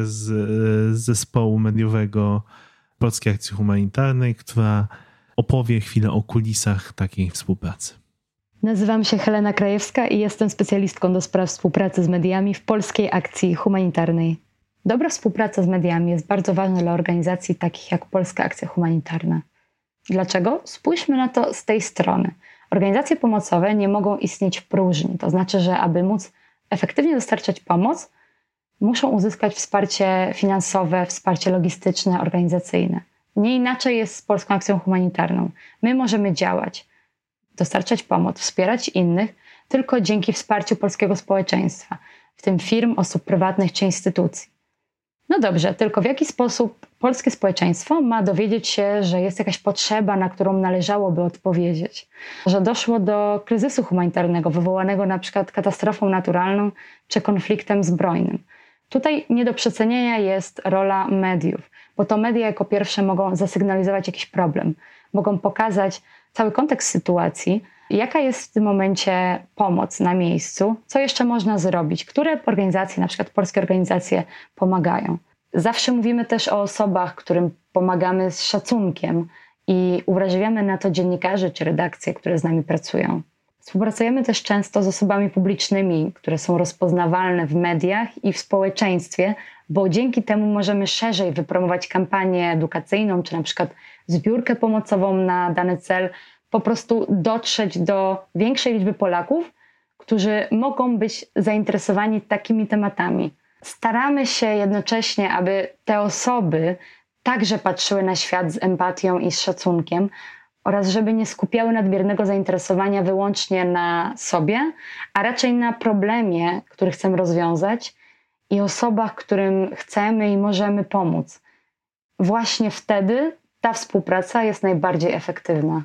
z zespołu mediowego Polskiej Akcji Humanitarnej, która opowie chwilę o kulisach takiej współpracy. Nazywam się Helena Krajewska i jestem specjalistką do spraw współpracy z mediami w Polskiej Akcji Humanitarnej. Dobra współpraca z mediami jest bardzo ważna dla organizacji takich jak Polska Akcja Humanitarna. Dlaczego? Spójrzmy na to z tej strony. Organizacje pomocowe nie mogą istnieć w próżni. To znaczy, że aby móc efektywnie dostarczać pomoc, muszą uzyskać wsparcie finansowe, wsparcie logistyczne, organizacyjne. Nie inaczej jest z Polską Akcją Humanitarną. My możemy działać, dostarczać pomoc, wspierać innych tylko dzięki wsparciu polskiego społeczeństwa, w tym firm, osób prywatnych czy instytucji. No dobrze, tylko w jaki sposób polskie społeczeństwo ma dowiedzieć się, że jest jakaś potrzeba, na którą należałoby odpowiedzieć? Że doszło do kryzysu humanitarnego wywołanego na przykład katastrofą naturalną czy konfliktem zbrojnym. Tutaj nie do przecenienia jest rola mediów, bo to media jako pierwsze mogą zasygnalizować jakiś problem, mogą pokazać cały kontekst sytuacji, jaka jest w tym momencie pomoc na miejscu, co jeszcze można zrobić, które organizacje, na przykład polskie organizacje pomagają. Zawsze mówimy też o osobach, którym pomagamy z szacunkiem i uwrażliwiamy na to dziennikarzy czy redakcje, które z nami pracują. Współpracujemy też często z osobami publicznymi, które są rozpoznawalne w mediach i w społeczeństwie, bo dzięki temu możemy szerzej wypromować kampanię edukacyjną, czy na przykład zbiórkę pomocową na dany cel, po prostu dotrzeć do większej liczby Polaków, którzy mogą być zainteresowani takimi tematami. Staramy się jednocześnie, aby te osoby także patrzyły na świat z empatią i z szacunkiem oraz żeby nie skupiały nadmiernego zainteresowania wyłącznie na sobie, a raczej na problemie, który chcemy rozwiązać i osobach, którym chcemy i możemy pomóc. Właśnie wtedy ta współpraca jest najbardziej efektywna.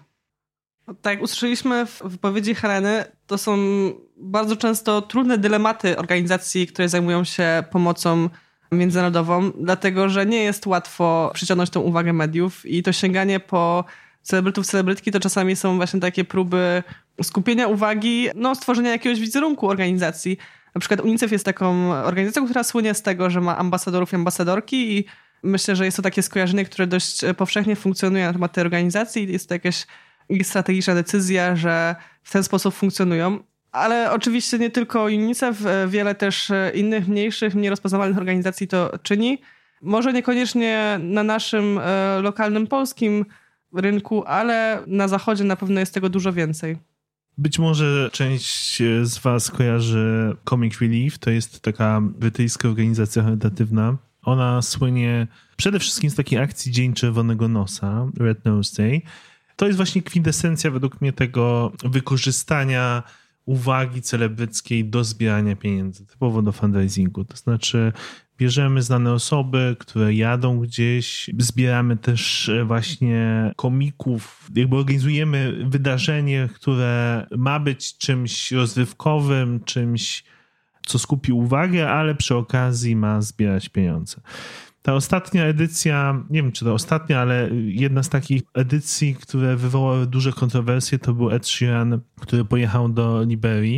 Tak jak usłyszeliśmy w wypowiedzi Heleny, to są bardzo często trudne dylematy organizacji, które zajmują się pomocą międzynarodową, dlatego że nie jest łatwo przyciągnąć tą uwagę mediów i to sięganie po celebrytów, celebrytki to czasami są właśnie takie próby skupienia uwagi, stworzenia jakiegoś wizerunku organizacji. Na przykład UNICEF jest taką organizacją, która słynie z tego, że ma ambasadorów i ambasadorki i myślę, że jest to takie skojarzenie, które dość powszechnie funkcjonuje na temat tej organizacji. Jest to jakaś strategiczna decyzja, że w ten sposób funkcjonują. Ale oczywiście nie tylko UNICEF, wiele też innych mniejszych, mniej rozpoznawalnych organizacji to czyni. Może niekoniecznie na naszym lokalnym polskim rynku, ale na zachodzie na pewno jest tego dużo więcej. Być może część z was kojarzy Comic Relief, to jest taka brytyjska organizacja charytatywna. Ona słynie przede wszystkim z takiej akcji Dzień Czerwonego Nosa, Red Nose Day. To jest właśnie kwintesencja według mnie tego wykorzystania uwagi celebryckiej do zbierania pieniędzy, typowo do fundraisingu. To znaczy bierzemy znane osoby, które jadą gdzieś, zbieramy też właśnie komików, jakby organizujemy wydarzenie, które ma być czymś rozrywkowym, czymś, co skupi uwagę, ale przy okazji ma zbierać pieniądze. Ta ostatnia edycja, nie wiem czy to ostatnia, ale jedna z takich edycji, które wywołały duże kontrowersje, to był Ed Sheeran, który pojechał do Liberii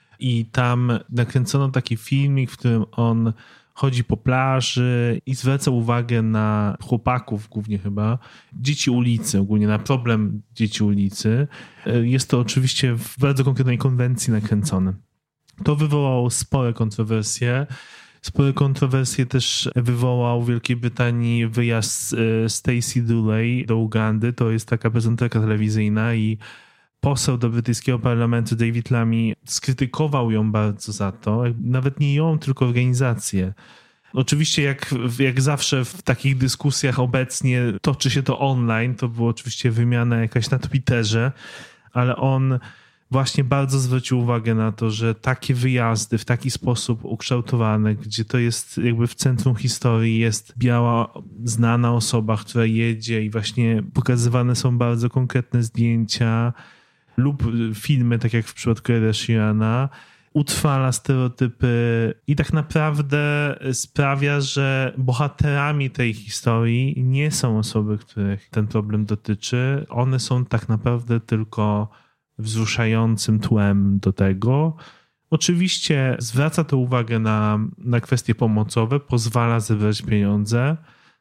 i tam nakręcono taki filmik, w którym on chodzi po plaży i zwraca uwagę na chłopaków głównie chyba, dzieci ulicy, ogólnie na problem dzieci ulicy. Jest to oczywiście w bardzo konkretnej konwencji nakręcone. To wywołało spore kontrowersje. spore kontrowersje też wywołał w Wielkiej Brytanii wyjazd Stacey Dooley do Ugandy. To jest taka prezenterka telewizyjna i poseł do brytyjskiego parlamentu David Lammy skrytykował ją bardzo za to. Nawet nie ją, tylko organizację. Oczywiście jak zawsze w takich dyskusjach obecnie toczy się to online, to była oczywiście wymiana jakaś na Twitterze, ale on właśnie bardzo zwrócił uwagę na to, że takie wyjazdy w taki sposób ukształtowane, gdzie to jest jakby w centrum historii, jest biała, znana osoba, która jedzie i właśnie pokazywane są bardzo konkretne zdjęcia lub filmy, tak jak w przypadku Eda Sheerana, utrwala stereotypy i tak naprawdę sprawia, że bohaterami tej historii nie są osoby, których ten problem dotyczy. One są tak naprawdę tylko wzruszającym tłem do tego. Oczywiście zwraca to uwagę na kwestie pomocowe, pozwala zebrać pieniądze,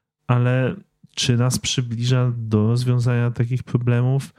ale czy nas przybliża do rozwiązania takich problemów?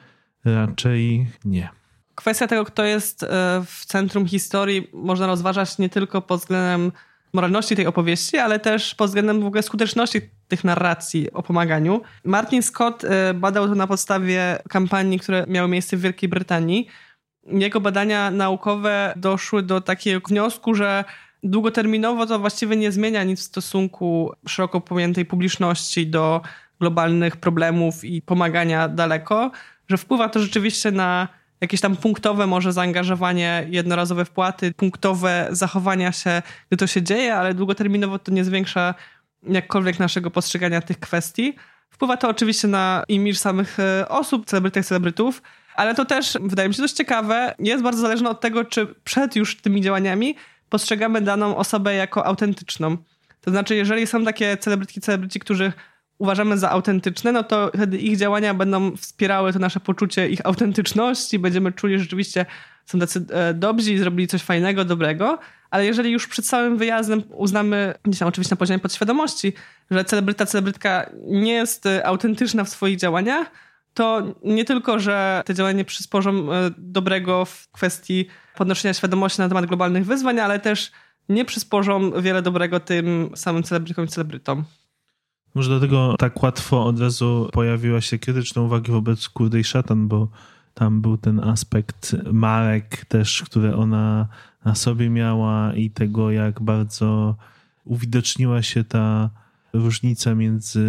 Raczej nie. Kwestia tego, kto jest w centrum historii, można rozważać nie tylko pod względem moralności tej opowieści, ale też pod względem w ogóle skuteczności tych narracji o pomaganiu. Martin Scott badał to na podstawie kampanii, które miały miejsce w Wielkiej Brytanii. Jego badania naukowe doszły do takiego wniosku, że długoterminowo to właściwie nie zmienia nic w stosunku szeroko pojętej publiczności do globalnych problemów i pomagania daleko, że wpływa to rzeczywiście na jakieś tam punktowe może zaangażowanie, jednorazowe wpłaty, punktowe zachowania się, gdy to się dzieje, ale długoterminowo to nie zwiększa jakkolwiek naszego postrzegania tych kwestii. Wpływa to oczywiście na imidż samych osób, celebrytów, ale to też, wydaje mi się, dość ciekawe. Jest bardzo zależne od tego, czy przed już tymi działaniami postrzegamy daną osobę jako autentyczną. To znaczy, jeżeli są takie celebryci, którzy uważamy za autentyczne, no to wtedy ich działania będą wspierały to nasze poczucie ich autentyczności, będziemy czuli, że rzeczywiście są tacy dobrzy i zrobili coś fajnego, dobrego, ale jeżeli już przed całym wyjazdem uznamy, gdzieś tam oczywiście na poziomie podświadomości, że celebrytka nie jest autentyczna w swoich działaniach, to nie tylko, że te działania nie przysporzą dobrego w kwestii podnoszenia świadomości na temat globalnych wyzwań, ale też nie przysporzą wiele dobrego tym samym celebrytkom i celebrytom. Może dlatego tak łatwo od razu pojawiła się krytyczna uwaga wobec Kurde i Szatan, bo tam był ten aspekt marek też, które ona na sobie miała i tego, jak bardzo uwidoczniła się ta różnica między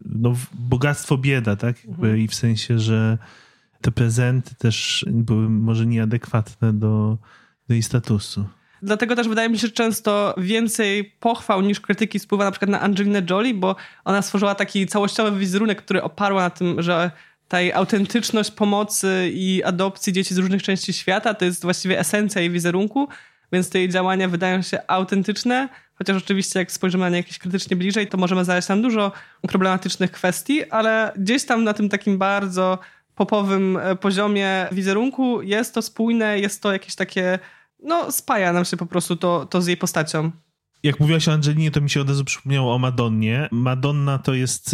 bogactwo, bieda, tak? I w sensie, że te prezenty też były może nieadekwatne do jej statusu. Dlatego też wydaje mi się, że często więcej pochwał niż krytyki spływa na przykład na Angelinę Jolie, bo ona stworzyła taki całościowy wizerunek, który oparła na tym, że ta jej autentyczność pomocy i adopcji dzieci z różnych części świata to jest właściwie esencja jej wizerunku, więc te jej działania wydają się autentyczne, chociaż oczywiście jak spojrzymy na nie jakieś krytycznie bliżej, to możemy znaleźć tam dużo problematycznych kwestii, ale gdzieś tam na tym takim bardzo popowym poziomie wizerunku jest to spójne, jest to jakieś takie, spaja nam się po prostu to z jej postacią. Jak mówiłaś o Angelinie, to mi się od razu przypomniało o Madonnie. Madonna to jest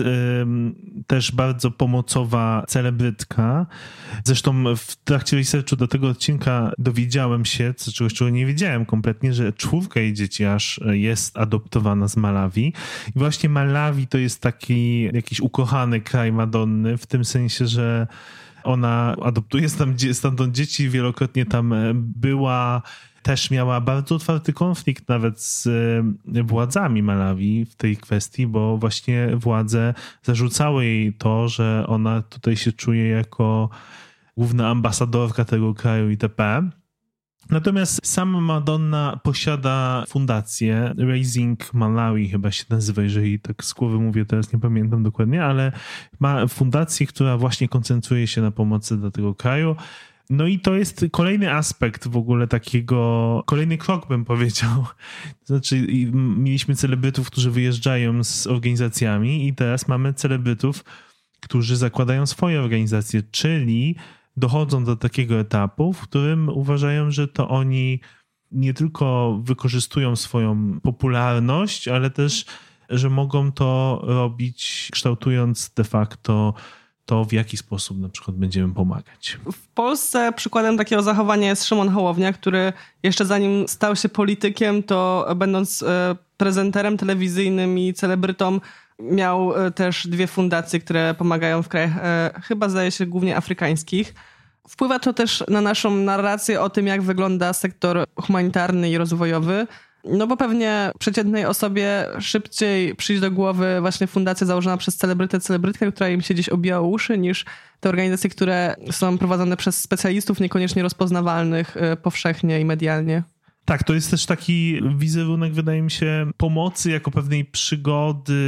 też bardzo pomocowa celebrytka. Zresztą w trakcie researchu do tego odcinka dowiedziałem się, czegoś czego nie wiedziałem kompletnie, że 4 jej dzieci aż jest adoptowana z Malawi. I właśnie Malawi to jest taki jakiś ukochany kraj Madonny, w tym sensie, że ona adoptuje stamtąd dzieci, wielokrotnie tam była. Też miała bardzo otwarty konflikt nawet z władzami Malawi w tej kwestii, bo właśnie władze zarzucały jej to, że ona tutaj się czuje jako główna ambasadorka tego kraju itp. Natomiast sama Madonna posiada fundację Raising Malawi, chyba się nazywa, jeżeli tak z głowy mówię, teraz nie pamiętam dokładnie, ale ma fundację, która właśnie koncentruje się na pomocy dla tego kraju. No i to jest kolejny aspekt w ogóle kolejny krok bym powiedział. Znaczy mieliśmy celebrytów, którzy wyjeżdżają z organizacjami i teraz mamy celebrytów, którzy zakładają swoje organizacje, czyli dochodzą do takiego etapu, w którym uważają, że to oni nie tylko wykorzystują swoją popularność, ale też, że mogą to robić kształtując de facto to, w jaki sposób na przykład będziemy pomagać. W Polsce przykładem takiego zachowania jest Szymon Hołownia, który jeszcze zanim stał się politykiem, to będąc prezenterem telewizyjnym i celebrytą, miał też 2 fundacje, które pomagają w krajach, chyba zdaje się, głównie afrykańskich. Wpływa to też na naszą narrację o tym, jak wygląda sektor humanitarny i rozwojowy. No bo pewnie przeciętnej osobie szybciej przyjdzie do głowy właśnie fundacja założona przez celebrytkę, która im się gdzieś obija o uszy, niż te organizacje, które są prowadzone przez specjalistów niekoniecznie rozpoznawalnych powszechnie i medialnie. Tak, to jest też taki wizerunek, wydaje mi się, pomocy jako pewnej przygody,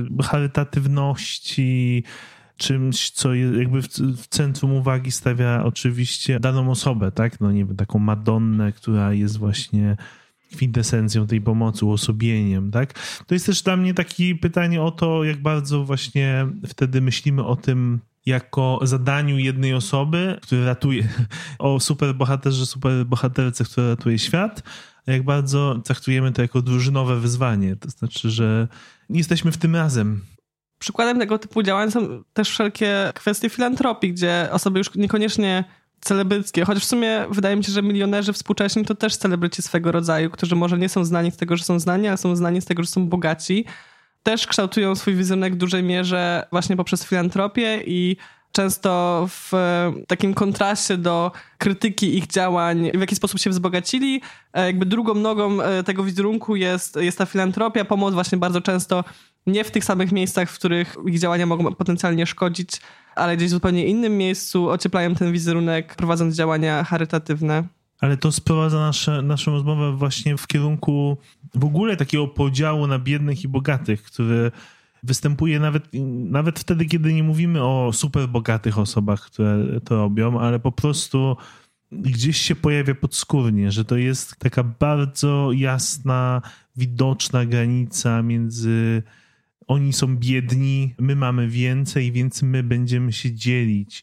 charytatywności, czymś, co jakby w centrum uwagi stawia oczywiście daną osobę, tak? No nie wiem, taką Madonnę, która jest właśnie kwintesencją tej pomocy, uosobieniem, tak? To jest też dla mnie takie pytanie o to, jak bardzo właśnie wtedy myślimy o tym jako zadaniu jednej osoby, która ratuje, o superbohaterze, superbohaterce, która ratuje świat, a jak bardzo traktujemy to jako drużynowe wyzwanie. To znaczy, że jesteśmy w tym razem. Przykładem tego typu działań są też wszelkie kwestie filantropii, gdzie osoby już niekoniecznie celebryckie, choć w sumie wydaje mi się, że milionerzy współcześni to też celebryci swego rodzaju, którzy może nie są znani z tego, że są znani, ale są znani z tego, że są bogaci. Też kształtują swój wizerunek w dużej mierze właśnie poprzez filantropię i często w takim kontraście do krytyki ich działań, w jaki sposób się wzbogacili. Jakby drugą nogą tego wizerunku jest ta filantropia, pomoc właśnie bardzo często nie w tych samych miejscach, w których ich działania mogą potencjalnie szkodzić, ale gdzieś w zupełnie innym miejscu ocieplają ten wizerunek, prowadząc działania charytatywne. Ale to sprowadza naszą rozmowę właśnie w kierunku w ogóle takiego podziału na biednych i bogatych, który występuje nawet wtedy, kiedy nie mówimy o super bogatych osobach, które to robią, ale po prostu gdzieś się pojawia podskórnie, że to jest taka bardzo jasna, widoczna granica między oni są biedni, my mamy więcej, więc my będziemy się dzielić.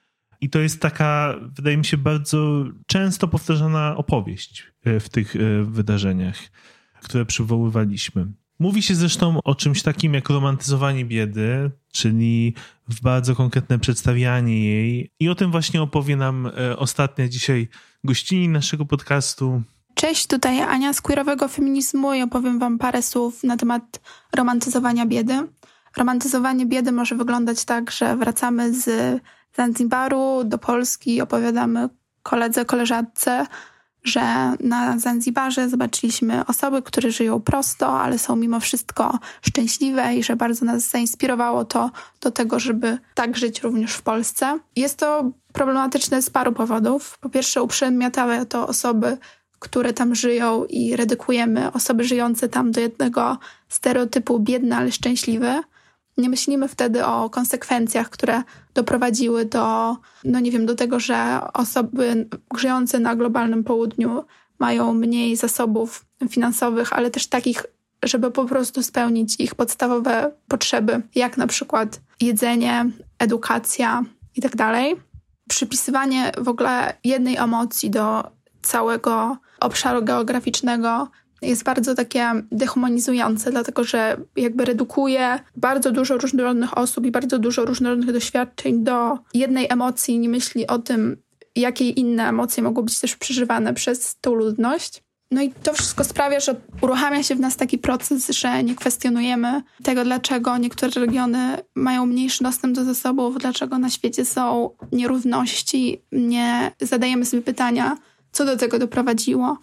I to jest taka, wydaje mi się, bardzo często powtarzana opowieść w tych wydarzeniach, które przywoływaliśmy. Mówi się zresztą o czymś takim jak romantyzowanie biedy, czyli w bardzo konkretne przedstawianie jej. I o tym właśnie opowie nam ostatnia dzisiaj gościni naszego podcastu. Cześć, tutaj Ania z queerowego feminizmu i opowiem wam parę słów na temat romantyzowania biedy. Romantyzowanie biedy może wyglądać tak, że wracamy z Zanzibaru do Polski i opowiadamy koleżance, że na Zanzibarze zobaczyliśmy osoby, które żyją prosto, ale są mimo wszystko szczęśliwe i że bardzo nas zainspirowało to do tego, żeby tak żyć również w Polsce. Jest to problematyczne z paru powodów. Po pierwsze, uprzedmiotawia to osoby, które tam żyją i redukujemy osoby żyjące tam do jednego stereotypu biedne, ale szczęśliwe. Nie myślimy wtedy o konsekwencjach, które doprowadziły do tego, że osoby żyjące na globalnym południu mają mniej zasobów finansowych, ale też takich, żeby po prostu spełnić ich podstawowe potrzeby, jak na przykład jedzenie, edukacja itd. Przypisywanie w ogóle jednej emocji do całego obszaru geograficznego jest bardzo takie dehumanizujące, dlatego że jakby redukuje bardzo dużo różnorodnych osób i bardzo dużo różnorodnych doświadczeń do jednej emocji, nie myśli o tym, jakie inne emocje mogą być też przeżywane przez tą ludność. No i to wszystko sprawia, że uruchamia się w nas taki proces, że nie kwestionujemy tego, dlaczego niektóre regiony mają mniejszy dostęp do zasobów, dlaczego na świecie są nierówności, nie zadajemy sobie pytania, co do tego doprowadziło.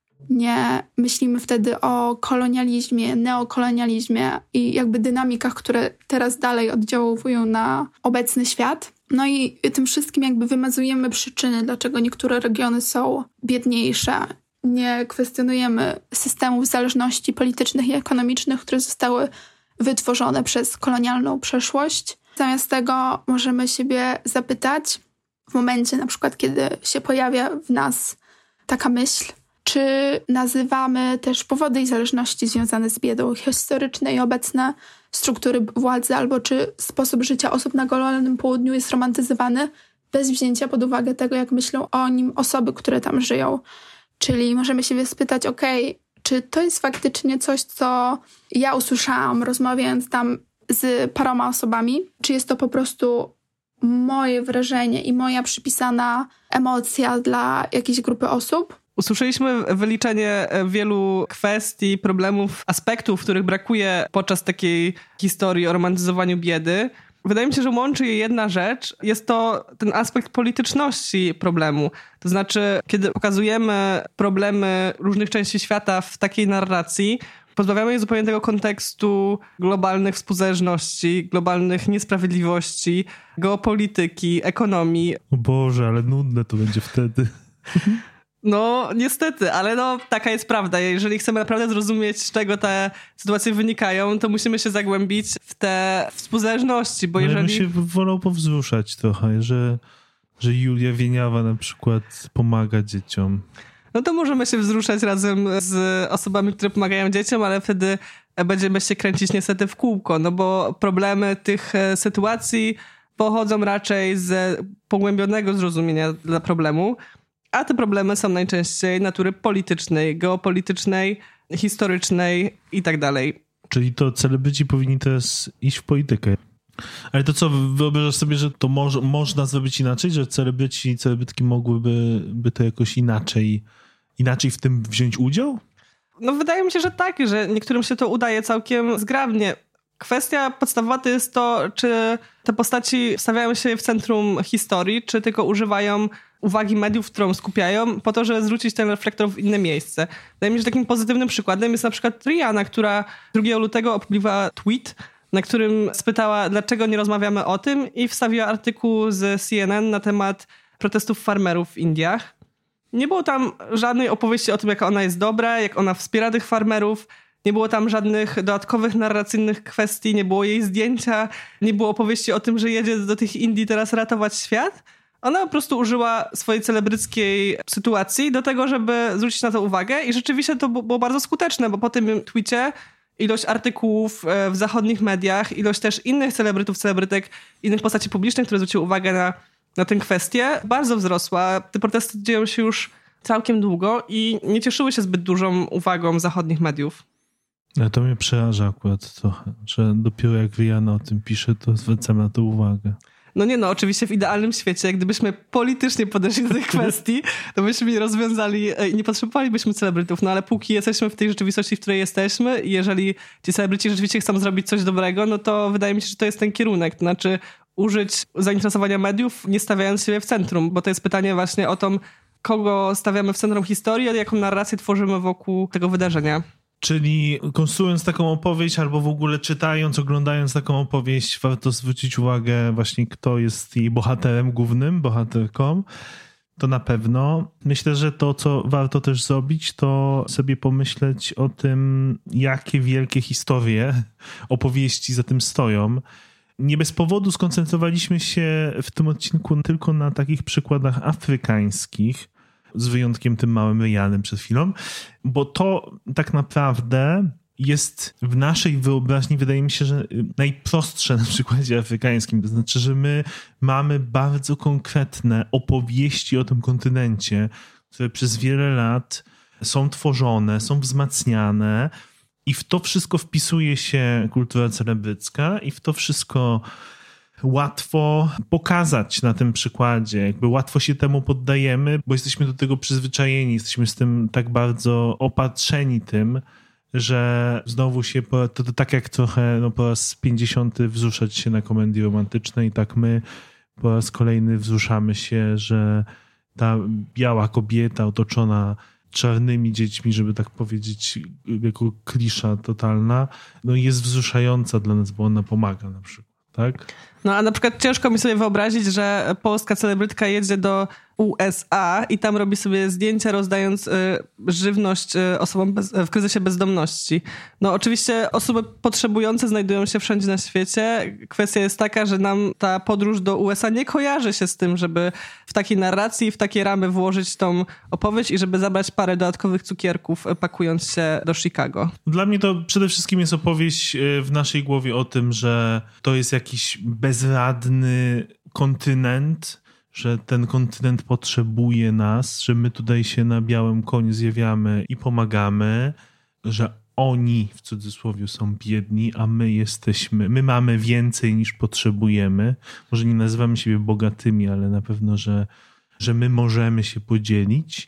Nie myślimy wtedy o kolonializmie, neokolonializmie i jakby dynamikach, które teraz dalej oddziałują na obecny świat. No i tym wszystkim jakby wymazujemy przyczyny, dlaczego niektóre regiony są biedniejsze. Nie kwestionujemy systemów zależności politycznych i ekonomicznych, które zostały wytworzone przez kolonialną przeszłość. Zamiast tego możemy siebie zapytać w momencie na przykład, kiedy się pojawia w nas taka myśl, czy nazywamy też powody i zależności związane z biedą historyczne i obecne struktury władzy, albo czy sposób życia osób na globalnym południu jest romantyzowany bez wzięcia pod uwagę tego, jak myślą o nim osoby, które tam żyją. Czyli możemy się spytać, czy to jest faktycznie coś, co ja usłyszałam, rozmawiając tam z paroma osobami, czy jest to po prostu moje wrażenie i moja przypisana emocja dla jakiejś grupy osób. Usłyszeliśmy wyliczenie wielu kwestii, problemów, aspektów, których brakuje podczas takiej historii o romantyzowaniu biedy. Wydaje mi się, że łączy je jedna rzecz. Jest to ten aspekt polityczności problemu. To znaczy, kiedy pokazujemy problemy różnych części świata w takiej narracji, pozbawiamy je zupełnie tego kontekstu globalnych współzależności, globalnych niesprawiedliwości, geopolityki, ekonomii. O Boże, ale nudne to będzie wtedy. No, niestety, ale no, taka jest prawda. Jeżeli chcemy naprawdę zrozumieć, z czego te sytuacje wynikają, to musimy się zagłębić w te współzależności, bo jeżeli... Ja bym się wolał powzruszać trochę, że Julia Wieniawa na przykład pomaga dzieciom. No to możemy się wzruszać razem z osobami, które pomagają dzieciom, ale wtedy będziemy się kręcić niestety w kółko, no bo problemy tych sytuacji pochodzą raczej z pogłębionego zrozumienia dla problemu, a te problemy są najczęściej natury politycznej, geopolitycznej, historycznej i tak dalej. Czyli to celebryci powinni teraz iść w politykę. Ale to co, wyobrażasz sobie, że to można zrobić inaczej? Że celebryci i celebrytki mogłyby to jakoś inaczej w tym wziąć udział? No wydaje mi się, że tak, że niektórym się to udaje całkiem zgrabnie. Kwestia podstawowa to jest to, czy te postaci stawiają się w centrum historii, czy tylko używają uwagi mediów, którą skupiają, po to, żeby zwrócić ten reflektor w inne miejsce. Wydaje mi się, że takim pozytywnym przykładem jest na przykład Rihanna, która 2 lutego opublikowała tweet, na którym spytała, dlaczego nie rozmawiamy o tym, i wstawiła artykuł z CNN na temat protestów farmerów w Indiach. Nie było tam żadnej opowieści o tym, jaka ona jest dobra, jak ona wspiera tych farmerów. Nie było tam żadnych dodatkowych narracyjnych kwestii, nie było jej zdjęcia, nie było opowieści o tym, że jedzie do tych Indii teraz ratować świat. Ona po prostu użyła swojej celebryckiej sytuacji do tego, żeby zwrócić na to uwagę, i rzeczywiście to było bardzo skuteczne, bo po tym tweetie ilość artykułów w zachodnich mediach, ilość też innych celebrytów, celebrytek, innych postaci publicznych, które zwróciły uwagę na tę kwestię, bardzo wzrosła. Te protesty dzieją się już całkiem długo i nie cieszyły się zbyt dużą uwagą zachodnich mediów. Ale to mnie przeraża akurat trochę, że dopiero jak Rihanna o tym pisze, to zwracamy na to uwagę. No nie no, oczywiście w idealnym świecie, gdybyśmy politycznie podeszli do tych kwestii, to byśmy je rozwiązali i nie potrzebowalibyśmy celebrytów, no ale póki jesteśmy w tej rzeczywistości, w której jesteśmy, i jeżeli ci celebryci rzeczywiście chcą zrobić coś dobrego, no to wydaje mi się, że to jest ten kierunek, to znaczy użyć zainteresowania mediów, nie stawiając siebie w centrum, bo to jest pytanie właśnie o to, kogo stawiamy w centrum historii, a jaką narrację tworzymy wokół tego wydarzenia. Czyli konstruując taką opowieść, albo w ogóle czytając, oglądając taką opowieść, warto zwrócić uwagę właśnie, kto jest jej bohaterem głównym, bohaterką. To na pewno. Myślę, że to, co warto też zrobić, to sobie pomyśleć o tym, jakie wielkie historie, opowieści za tym stoją. Nie bez powodu skoncentrowaliśmy się w tym odcinku tylko na takich przykładach afrykańskich, z wyjątkiem tym małym Rihanny przed chwilą, bo to tak naprawdę jest w naszej wyobraźni, wydaje mi się, że najprostsze na przykładzie afrykańskim. To znaczy, że my mamy bardzo konkretne opowieści o tym kontynencie, które przez wiele lat są tworzone, są wzmacniane, i w to wszystko wpisuje się kultura celebrycka, i w to wszystko łatwo pokazać na tym przykładzie. Jakby łatwo się temu poddajemy, bo jesteśmy do tego przyzwyczajeni, jesteśmy z tym tak bardzo opatrzeni tym, że znowu się, to tak jak trochę po raz 50 wzruszać się na komedii romantycznej, tak my po raz kolejny wzruszamy się, że ta biała kobieta otoczona czarnymi dziećmi, żeby tak powiedzieć, jako klisza totalna, jest wzruszająca dla nas, bo ona pomaga na przykład, tak? No a na przykład ciężko mi sobie wyobrazić, że polska celebrytka jedzie do USA i tam robi sobie zdjęcia, rozdając żywność osobom w kryzysie bezdomności. No oczywiście osoby potrzebujące znajdują się wszędzie na świecie. Kwestia jest taka, że nam ta podróż do USA nie kojarzy się z tym, żeby w takiej narracji, w takie ramy włożyć tą opowieść i żeby zabrać parę dodatkowych cukierków, pakując się do Chicago. Dla mnie to przede wszystkim jest opowieść w naszej głowie o tym, że to jest jakiś bezradny kontynent, że ten kontynent potrzebuje nas, że my tutaj się na białym koniu zjawiamy i pomagamy, że oni w cudzysłowie są biedni, a my mamy więcej niż potrzebujemy. Może nie nazywamy siebie bogatymi, ale na pewno, że my możemy się podzielić.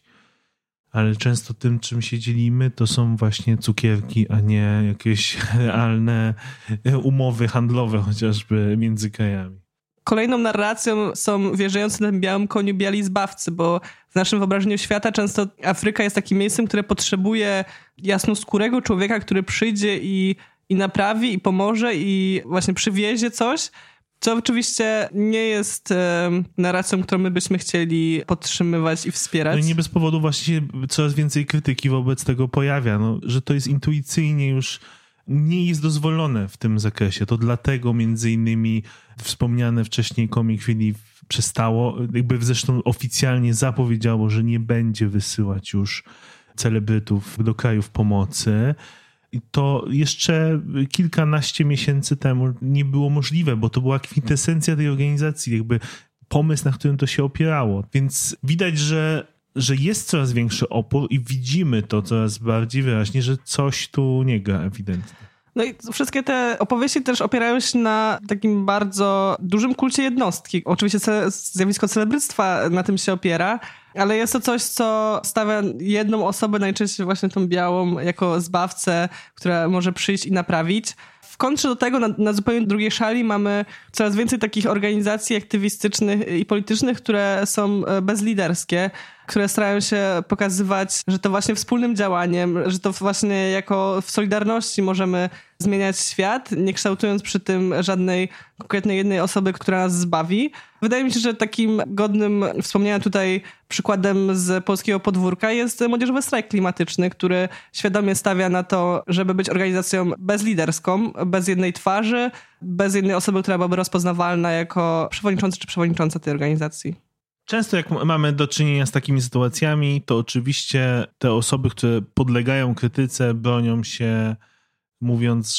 Ale często tym, czym się dzielimy, to są właśnie cukierki, a nie jakieś realne umowy handlowe chociażby między krajami. Kolejną narracją są wjeżdżający na tym białym koniu biali zbawcy, bo w naszym wyobrażeniu świata często Afryka jest takim miejscem, które potrzebuje jasnoskórego człowieka, który przyjdzie i naprawi, i pomoże, i właśnie przywiezie coś, co oczywiście nie jest narracją, którą my byśmy chcieli podtrzymywać i wspierać. No i nie bez powodu właśnie coraz więcej krytyki wobec tego pojawia, że to jest intuicyjnie już nie jest dozwolone w tym zakresie. To dlatego między innymi wspomniane wcześniej Comic Relief przestało, jakby zresztą oficjalnie zapowiedziało, że nie będzie wysyłać już celebrytów do krajów pomocy. I to jeszcze kilkanaście miesięcy temu nie było możliwe, bo to była kwintesencja tej organizacji, jakby pomysł, na którym to się opierało. Więc widać, że jest coraz większy opór i widzimy to coraz bardziej wyraźnie, że coś tu nie gra ewidentnie. No i wszystkie te opowieści też opierają się na takim bardzo dużym kulcie jednostki. Oczywiście zjawisko celebryctwa na tym się opiera, ale jest to coś, co stawia jedną osobę, najczęściej właśnie tą białą, jako zbawcę, która może przyjść i naprawić. W kontrze do tego na zupełnie drugiej szali mamy coraz więcej takich organizacji aktywistycznych i politycznych, które są bezliderskie, które starają się pokazywać, że to właśnie wspólnym działaniem, że to właśnie jako w solidarności możemy zmieniać świat, nie kształtując przy tym żadnej konkretnej jednej osoby, która nas zbawi. Wydaje mi się, że takim godnym wspomnienia tutaj przykładem z polskiego podwórka jest Młodzieżowy Strajk Klimatyczny, który świadomie stawia na to, żeby być organizacją bezliderską, bez jednej twarzy, bez jednej osoby, która byłaby rozpoznawalna jako przewodniczący czy przewodnicząca tej organizacji. Często jak mamy do czynienia z takimi sytuacjami, to oczywiście te osoby, które podlegają krytyce, bronią się, mówiąc,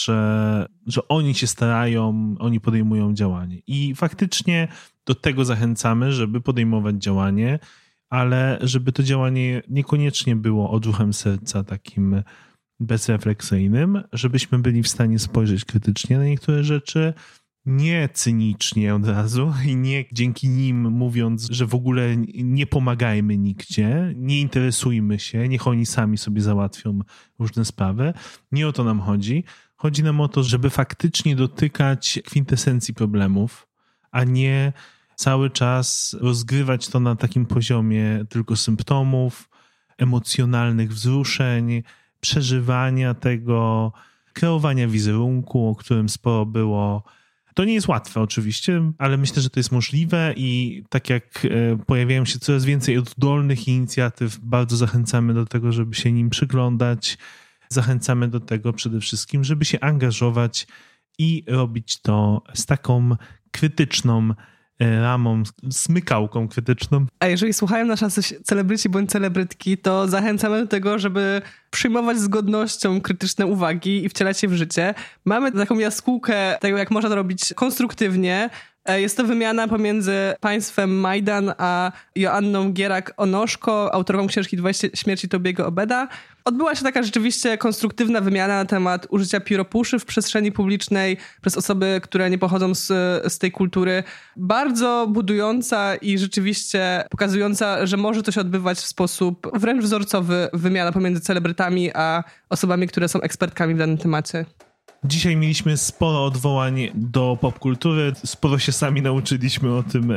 że oni się starają, oni podejmują działanie. I faktycznie do tego zachęcamy, żeby podejmować działanie, ale żeby to działanie niekoniecznie było odruchem serca takim bezrefleksyjnym, żebyśmy byli w stanie spojrzeć krytycznie na niektóre rzeczy, nie cynicznie od razu i nie dzięki nim mówiąc, że w ogóle nie pomagajmy nigdzie, nie interesujmy się, niech oni sami sobie załatwią różne sprawy. Nie o to nam chodzi. Chodzi nam o to, żeby faktycznie dotykać kwintesencji problemów, a nie cały czas rozgrywać to na takim poziomie tylko symptomów, emocjonalnych wzruszeń, przeżywania tego, kreowania wizerunku, o którym sporo było. To nie jest łatwe oczywiście, ale myślę, że to jest możliwe i tak jak pojawiają się coraz więcej oddolnych inicjatyw, bardzo zachęcamy do tego, żeby się nim przyglądać. Zachęcamy do tego przede wszystkim, żeby się angażować i robić to z taką krytyczną ramą, smykałką krytyczną. A jeżeli słuchają nas celebryci bądź celebrytki, to zachęcamy do tego, żeby przyjmować z godnością krytyczne uwagi i wcielać je w życie. Mamy taką jaskółkę tego, jak można to robić konstruktywnie. Jest to wymiana pomiędzy państwem Majdan a Joanną Gierak-Onoszko, autorką książki 20 śmierci Tobiego Obeda. Odbyła się taka rzeczywiście konstruktywna wymiana na temat użycia pióropuszy w przestrzeni publicznej przez osoby, które nie pochodzą z tej kultury. Bardzo budująca i rzeczywiście pokazująca, że może to się odbywać w sposób wręcz wzorcowy, wymiana pomiędzy celebrytami a osobami, które są ekspertkami w danym temacie. Dzisiaj mieliśmy sporo odwołań do popkultury, sporo się sami nauczyliśmy o tym,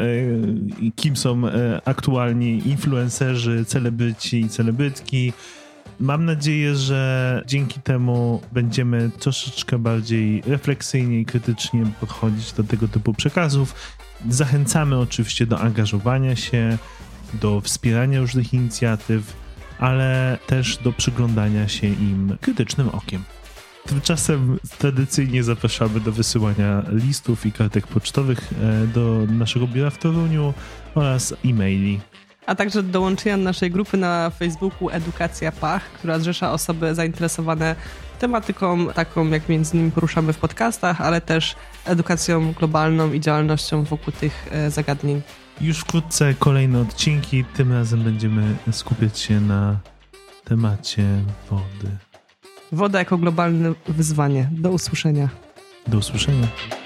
kim są aktualni influencerzy, celebryci i celebrytki. Mam nadzieję, że dzięki temu będziemy troszeczkę bardziej refleksyjnie i krytycznie podchodzić do tego typu przekazów. Zachęcamy oczywiście do angażowania się, do wspierania różnych inicjatyw, ale też do przyglądania się im krytycznym okiem. Tymczasem tradycyjnie zapraszamy do wysyłania listów i kartek pocztowych do naszego biura w Toruniu oraz e-maili. A także do dołączenia do naszej grupy na Facebooku Edukacja Pach, która zrzesza osoby zainteresowane tematyką taką, jak między innymi poruszamy w podcastach, ale też edukacją globalną i działalnością wokół tych zagadnień. Już wkrótce kolejne odcinki, tym razem będziemy skupiać się na temacie wody. Woda jako globalne wyzwanie. Do usłyszenia. Do usłyszenia.